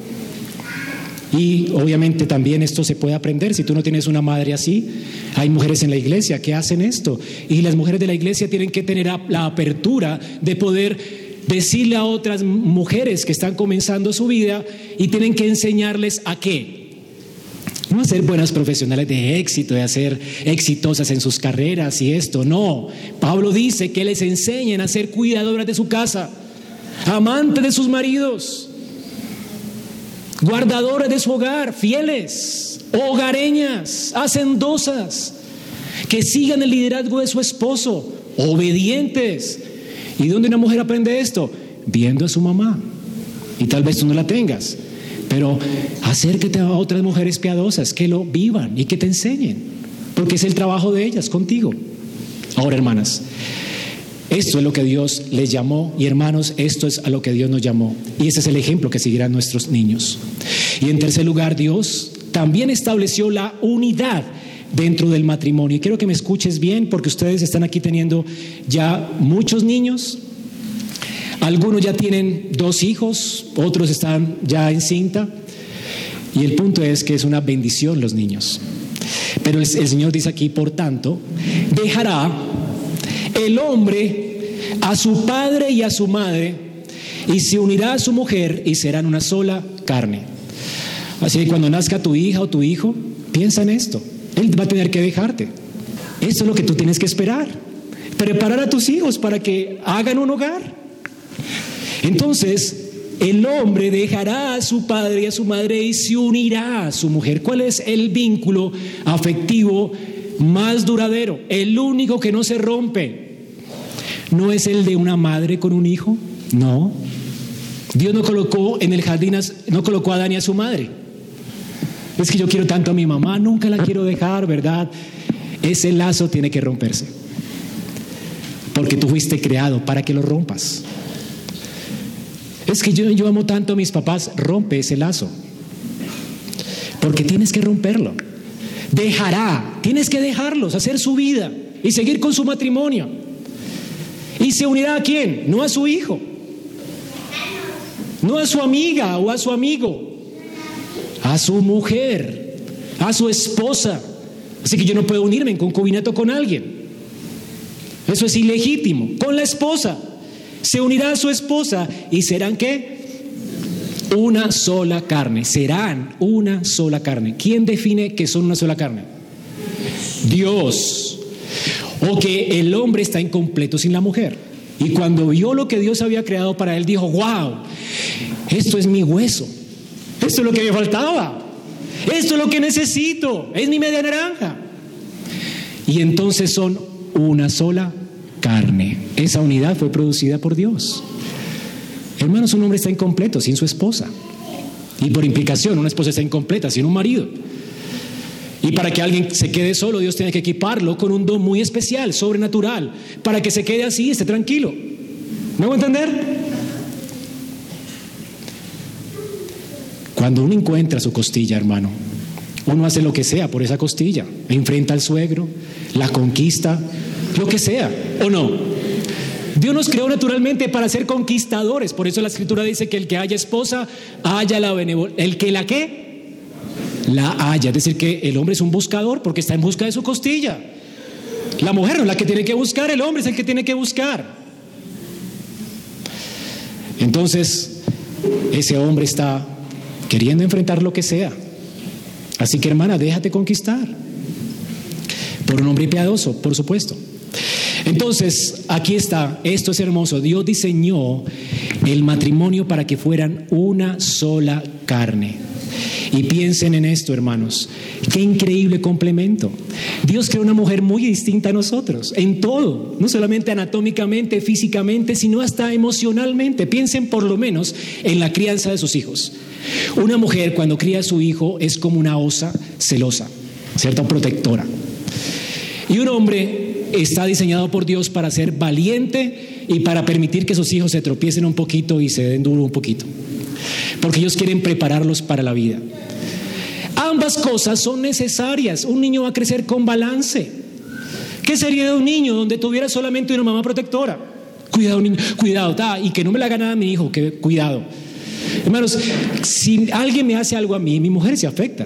Y obviamente también esto se puede aprender. Si tú no tienes una madre así, hay mujeres en la iglesia que hacen esto, y las mujeres de la iglesia tienen que tener la apertura de poder decirle a otras mujeres que están comenzando su vida, y tienen que enseñarles a qué. No a ser buenas profesionales de éxito, de a ser exitosas en sus carreras y esto, no. Pablo dice que les enseñen a ser cuidadoras de su casa, amantes de sus maridos, guardadoras de su hogar, fieles, hogareñas, hacendosas, que sigan el liderazgo de su esposo, obedientes. ¿Y dónde una mujer aprende esto? Viendo a su mamá. Y tal vez tú no la tengas, pero acércate a otras mujeres piadosas que lo vivan y que te enseñen, porque es el trabajo de ellas contigo. Ahora, hermanas, esto es lo que Dios les llamó, y hermanos, esto es a lo que Dios nos llamó, y ese es el ejemplo que seguirán nuestros niños. Y en tercer lugar, Dios también estableció la unidad dentro del matrimonio. Y quiero que me escuches bien, porque ustedes están aquí teniendo ya muchos niños. Algunos ya tienen 2 hijos, otros están ya en cinta, y el punto es que es una bendición los niños. Pero el Señor dice aquí, por tanto, dejará el hombre a su padre y a su madre, y se unirá a su mujer, y serán una sola carne. Así que cuando nazca tu hija o tu hijo, piensa en esto. Él va a tener que dejarte. Esto es lo que tú tienes que esperar. Preparar a tus hijos para que hagan un hogar. Entonces, el hombre dejará a su padre y a su madre y se unirá a su mujer. ¿Cuál es el vínculo afectivo más duradero? El único que no se rompe. ¿No es el de una madre con un hijo? No. Dios no colocó en el jardín, no colocó a Adán y a su madre. Es que yo quiero tanto a mi mamá, nunca la quiero dejar, ¿verdad? Ese lazo tiene que romperse, porque tú fuiste creado para que lo rompas. Es que yo amo tanto a mis papás, rompe ese lazo, porque tienes que romperlo. Dejará, tienes que dejarlos hacer su vida y seguir con su matrimonio. ¿Y se unirá a quién? No a su hijo, no a su amiga o a su amigo, a su mujer, a su esposa. Así que yo no puedo unirme en concubinato con alguien. Eso es ilegítimo. Con la esposa. Se unirá a su esposa y serán ¿qué? Una sola carne. Serán una sola carne. ¿Quién define que son una sola carne? Dios. O que el hombre está incompleto sin la mujer. Y cuando vio lo que Dios había creado para él, dijo, wow, esto es mi hueso. Esto es lo que me faltaba. Esto es lo que necesito. Es mi media naranja. Y entonces son una sola carne. Esa unidad fue producida por Dios. Hermanos, un hombre está incompleto sin su esposa. Y por implicación, una esposa está incompleta sin un marido. Y para que alguien se quede solo, Dios tiene que equiparlo con un don muy especial, sobrenatural, para que se quede así y esté tranquilo. ¿Me hago entender? Cuando uno encuentra su costilla, hermano, uno hace lo que sea por esa costilla. Enfrenta al suegro, la conquista, lo que sea, ¿o no? Dios nos creó naturalmente para ser conquistadores. Por eso la Escritura dice que el que haya esposa, haya la benevolencia. ¿El que la qué? La haya. Es decir, que el hombre es un buscador porque está en busca de su costilla. La mujer no es la que tiene que buscar, el hombre es el que tiene que buscar. Entonces, ese hombre está queriendo enfrentar lo que sea. Así que, hermana, déjate conquistar por un hombre piadoso, por supuesto. Entonces, aquí está, esto es hermoso. Dios diseñó el matrimonio para que fueran una sola carne. Y piensen en esto, hermanos. Qué increíble complemento. Dios creó una mujer muy distinta a nosotros, en todo, no solamente anatómicamente, físicamente, sino hasta emocionalmente. Piensen por lo menos en la crianza de sus hijos. Una mujer cuando cría a su hijo es como una osa celosa, ¿cierto? Protectora. Y un hombre está diseñado por Dios para ser valiente y para permitir que sus hijos se tropiecen un poquito y se den duro un poquito, porque ellos quieren prepararlos para la vida. Ambas cosas son necesarias. Un niño va a crecer con balance. ¿Qué sería de un niño donde tuviera solamente una mamá protectora? Cuidado, niño, cuidado, y que no me la haga nada a mi hijo, que cuidado. Hermanos, si alguien me hace algo a mí, mi mujer se afecta.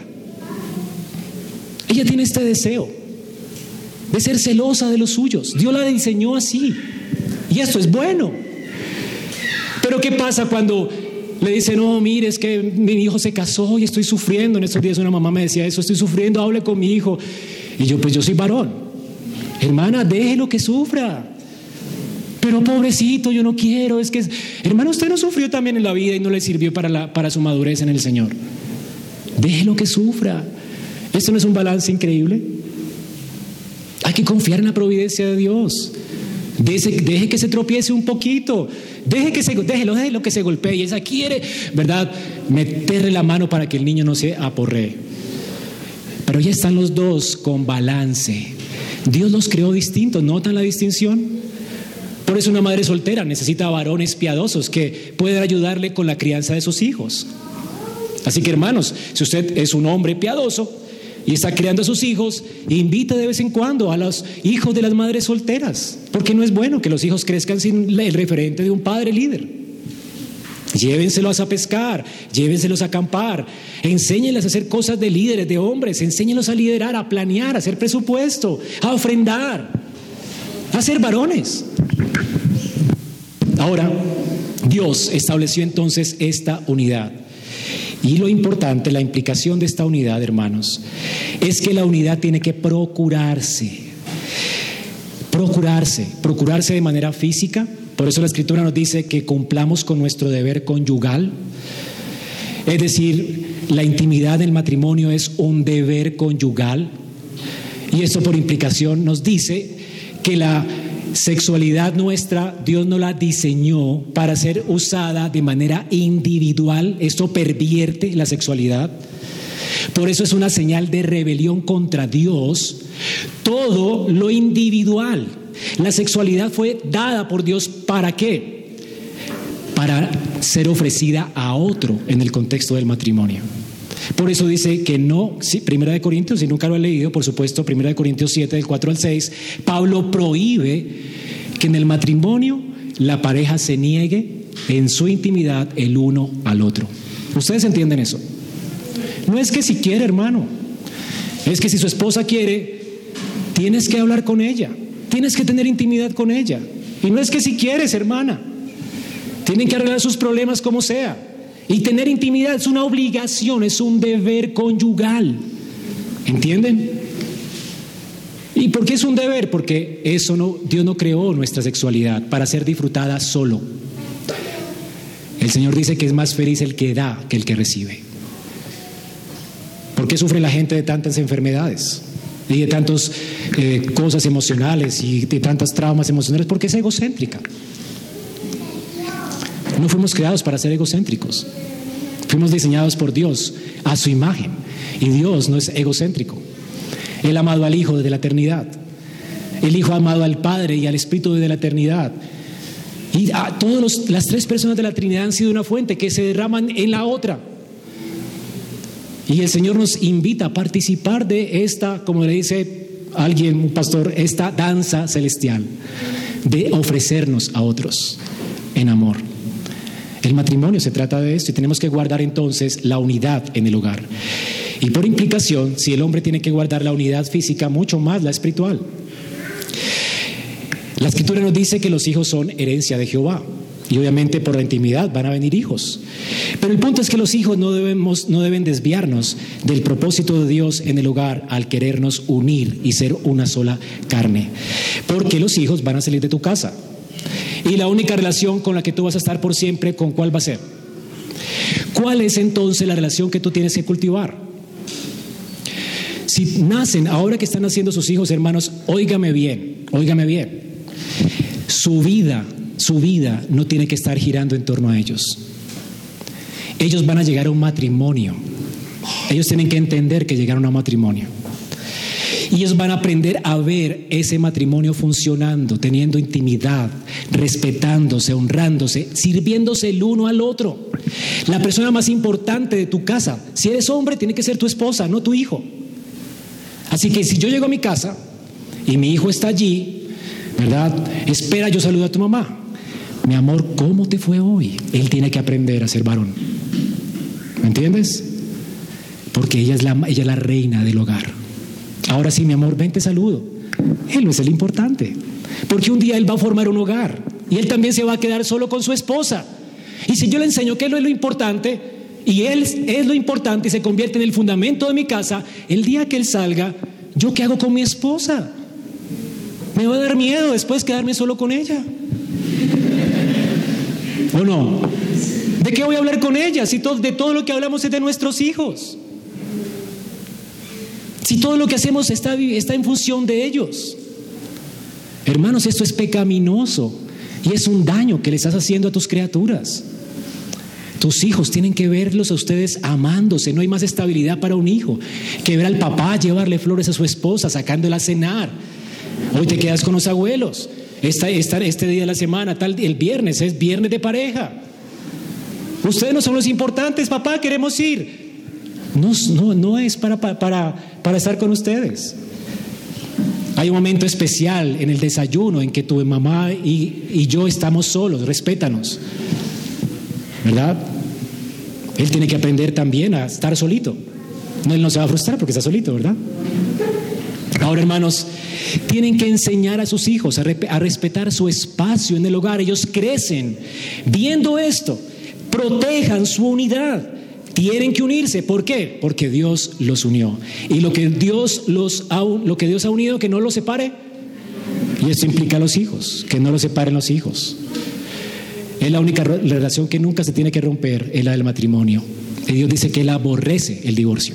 Ella tiene este deseo de ser celosa de los suyos. Dios la diseñó así. Y esto es bueno. Pero ¿qué pasa cuando le dice, no, mire, es que mi hijo se casó y estoy sufriendo? En estos días una mamá me decía eso, estoy sufriendo, hable con mi hijo. Y yo, pues yo soy varón. Hermana, déjelo que sufra. Pero pobrecito, yo no quiero. Es que, hermano, usted no sufrió también en la vida y no le sirvió para su madurez en el Señor. Déjelo que sufra. ¿Esto no es un balance increíble? Hay que confiar en la providencia de Dios. Deje que se tropiece un poquito. Déjelo que se golpee. Y esa quiere, ¿verdad?, meterle la mano para que el niño no se aporree. Pero ya están los dos con balance. Dios los creó distintos. ¿Notan la distinción? Por eso una madre soltera necesita varones piadosos que puedan ayudarle con la crianza de sus hijos. Así que, hermanos, si usted es un hombre piadoso y está criando a sus hijos, invita de vez en cuando a los hijos de las madres solteras, porque no es bueno que los hijos crezcan sin el referente de un padre líder. Llévenselos a pescar, llévenselos a acampar, enséñenles a hacer cosas de líderes, de hombres, enséñenlos a liderar, a planear, a hacer presupuesto, a ofrendar, a ser varones. Ahora, Dios estableció entonces esta unidad. Y lo importante, la implicación de esta unidad, hermanos, es que la unidad tiene que procurarse de manera física. Por eso la Escritura nos dice que cumplamos con nuestro deber conyugal. Es decir, la intimidad del matrimonio es un deber conyugal. Y esto por implicación nos dice que la sexualidad nuestra, Dios no la diseñó para ser usada de manera individual. Esto pervierte la sexualidad. Por eso es una señal de rebelión contra Dios. Todo lo individual. La sexualidad fue dada por Dios, ¿para qué? Para ser ofrecida a otro en el contexto del matrimonio. Por eso dice que no, sí, Primera de Corintios, si nunca lo he leído, por supuesto, Primera de Corintios 7, del 4 al 6, Pablo prohíbe que en el matrimonio la pareja se niegue en su intimidad el uno al otro. ¿Ustedes entienden eso? No es que si quiere, hermano, es que si su esposa quiere, tienes que hablar con ella, tienes que tener intimidad con ella. Y no es que si quieres, hermana, tienen que arreglar sus problemas como sea. Y tener intimidad es una obligación, es un deber conyugal. ¿Entienden? ¿Y por qué es un deber? Porque Dios no creó nuestra sexualidad para ser disfrutada solo. El Señor dice que es más feliz el que da que el que recibe. ¿Por qué sufre la gente de tantas enfermedades y de tantas cosas emocionales y de tantos traumas emocionales? Porque es egocéntrica. No fuimos creados para ser egocéntricos. Fuimos diseñados por Dios a su imagen. Y Dios no es egocéntrico. Él ha amado al Hijo desde la eternidad. El Hijo ha amado al Padre y al Espíritu desde la eternidad. Y las tres personas de la Trinidad han sido una fuente que se derraman en la otra. Y el Señor nos invita a participar de esta, como le dice alguien, un pastor, esta danza celestial de ofrecernos a otros en amor. El matrimonio se trata de esto y tenemos que guardar entonces la unidad en el hogar. Y por implicación, si el hombre tiene que guardar la unidad física, mucho más la espiritual. La Escritura nos dice que los hijos son herencia de Jehová. Y obviamente por la intimidad van a venir hijos. Pero el punto es que los hijos no deben desviarnos del propósito de Dios en el hogar al querernos unir y ser una sola carne. Porque los hijos van a salir de tu casa. Y la única relación con la que tú vas a estar por siempre, ¿con cuál va a ser? ¿Cuál es entonces la relación que tú tienes que cultivar? Si nacen, ahora que están naciendo sus hijos, hermanos, óigame bien. Su vida no tiene que estar girando en torno a ellos. Ellos van a llegar a un matrimonio. Ellos tienen que entender que llegaron a un matrimonio. Y ellos van a aprender a ver ese matrimonio funcionando, teniendo intimidad, respetándose, honrándose, sirviéndose el uno al otro. La persona más importante de tu casa, si eres hombre, tiene que ser tu esposa, no tu hijo. Así que si yo llego a mi casa y mi hijo está allí, ¿verdad? Espera, yo saludo a tu mamá. Mi amor, ¿cómo te fue hoy? Él tiene que aprender a ser varón. ¿Me entiendes? Porque ella es la reina del hogar. Ahora sí, mi amor, ven, te saludo. Él no es el importante. Porque un día él va a formar un hogar y él también se va a quedar solo con su esposa. Y si yo le enseño que él es lo importante y él es lo importante y se convierte en el fundamento de mi casa, el día que él salga, ¿yo qué hago con mi esposa? Me va a dar miedo después quedarme solo con ella. ¿O no? ¿De qué voy a hablar con ella si de todo lo que hablamos es de nuestros hijos? Si todo lo que hacemos está en función de ellos. Hermanos, esto es pecaminoso y es un daño que le estás haciendo a tus criaturas. Tus hijos tienen que verlos a ustedes amándose. No hay más estabilidad para un hijo que ver al papá llevarle flores a su esposa, sacándola a cenar. Hoy te quedas con los abuelos. Este día de la semana, el viernes, es viernes de pareja. Ustedes no son los importantes, papá, queremos ir. No es para estar con ustedes. Hay un momento especial en el desayuno en que tu mamá y yo estamos solos, respétanos, ¿verdad? Él tiene que aprender también a estar solito. Él no se va a frustrar porque está solito, ¿verdad? Ahora, hermanos, tienen que enseñar a sus hijos a respetar su espacio en el hogar. Ellos crecen viendo esto. Protejan su unidad. Tienen que unirse. ¿Por qué? Porque Dios los unió. Y lo que Dios ha unido, que no los separe. Y esto implica a los hijos, que no los separen los hijos. Es la única relación que nunca se tiene que romper, es la del matrimonio. Y Dios dice que Él aborrece el divorcio.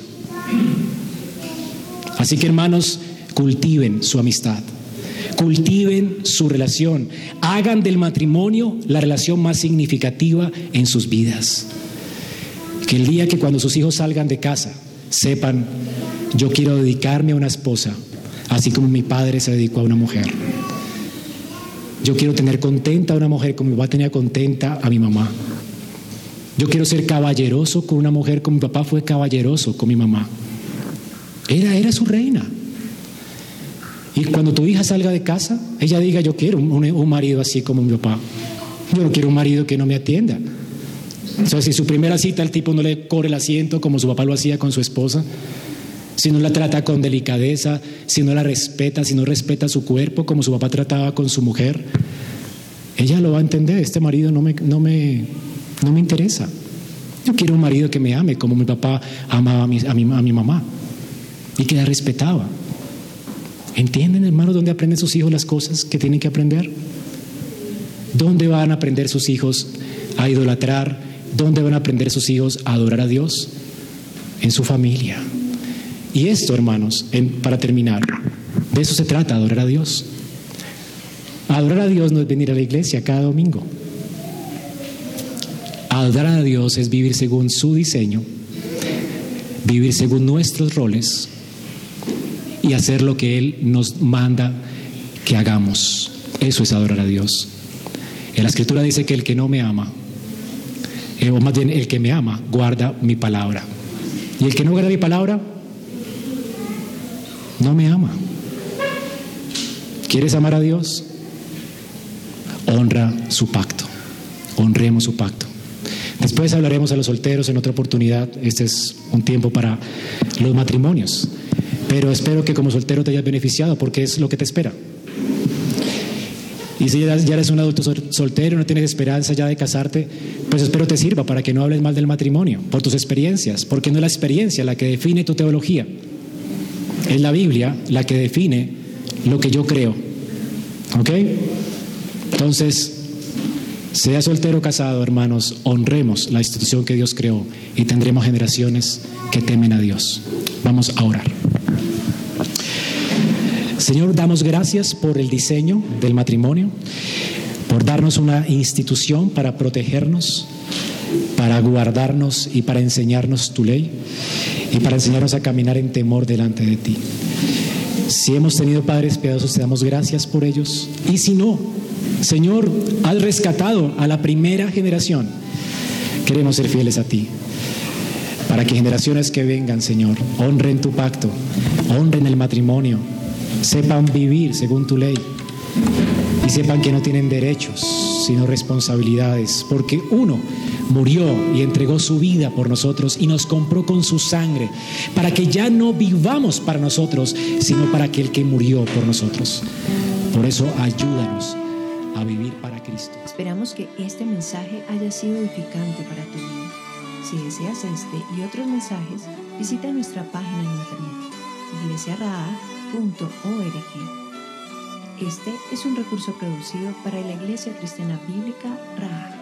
Así que, hermanos, cultiven su amistad, cultiven su relación, hagan del matrimonio la relación más significativa en sus vidas. Que el día que cuando sus hijos salgan de casa sepan, yo quiero dedicarme a una esposa, así como mi padre se dedicó a una mujer. Yo quiero tener contenta a una mujer como mi papá tenía contenta a mi mamá. Yo quiero ser caballeroso con una mujer como mi papá fue caballeroso con mi mamá. Era su reina. Y cuando tu hija salga de casa, ella diga, yo quiero un marido así como mi papá. Yo no quiero un marido que no me atienda. O sea, si su primera cita el tipo no le corre el asiento como su papá lo hacía con su esposa, si no la trata con delicadeza, si no la respeta, si no respeta su cuerpo como su papá trataba con su mujer, ella lo va a entender. Este marido no me interesa. Yo quiero un marido que me ame como mi papá amaba a mi mamá y que la respetaba. ¿Entienden, hermanos, dónde aprenden sus hijos las cosas que tienen que aprender? ¿Dónde van a aprender sus hijos a idolatrar? ¿Dónde van a aprender sus hijos a adorar a Dios? En su familia. Y esto, hermanos, para terminar, de eso se trata, adorar a Dios. Adorar a Dios no es venir a la iglesia cada domingo. Adorar a Dios es vivir según su diseño, vivir según nuestros roles y hacer lo que Él nos manda que hagamos. Eso es adorar a Dios. En la Escritura dice que el que no me ama, o más bien el que me ama, guarda mi palabra. Y el que no guarda mi palabra, no me ama. ¿Quieres amar a Dios? Honra su pacto. Honremos su pacto. Después hablaremos a los solteros en otra oportunidad. Este es un tiempo para los matrimonios. Pero espero que como soltero te hayas beneficiado, porque es lo que te espera. Y si ya eres un adulto soltero y no tienes esperanza ya de casarte, pues espero te sirva para que no hables mal del matrimonio, por tus experiencias, porque no es la experiencia la que define tu teología. Es la Biblia la que define lo que yo creo. ¿Ok? Entonces, Sea soltero o casado, hermanos, honremos la institución que Dios creó y tendremos generaciones que temen a Dios. Vamos a orar. Señor, damos gracias por el diseño del matrimonio, por darnos una institución para protegernos, para guardarnos y para enseñarnos tu ley y para enseñarnos a caminar en temor delante de ti. Si hemos tenido padres piadosos, te damos gracias por ellos. Y si no, Señor, has rescatado a la primera generación. Queremos ser fieles a ti, para que generaciones que vengan, Señor, honren tu pacto, honren el matrimonio, sepan vivir según tu ley y sepan que no tienen derechos, sino responsabilidades, porque uno murió y entregó su vida por nosotros y nos compró con su sangre, para que ya no vivamos para nosotros, sino para aquel que murió por nosotros. Por eso, ayúdanos a vivir para Cristo. Esperamos que este mensaje haya sido edificante para tu vida. Si deseas este y otros mensajes, visita nuestra página en internet, iglesiaraa.org. Este es un recurso producido para la Iglesia Cristiana Bíblica Raha.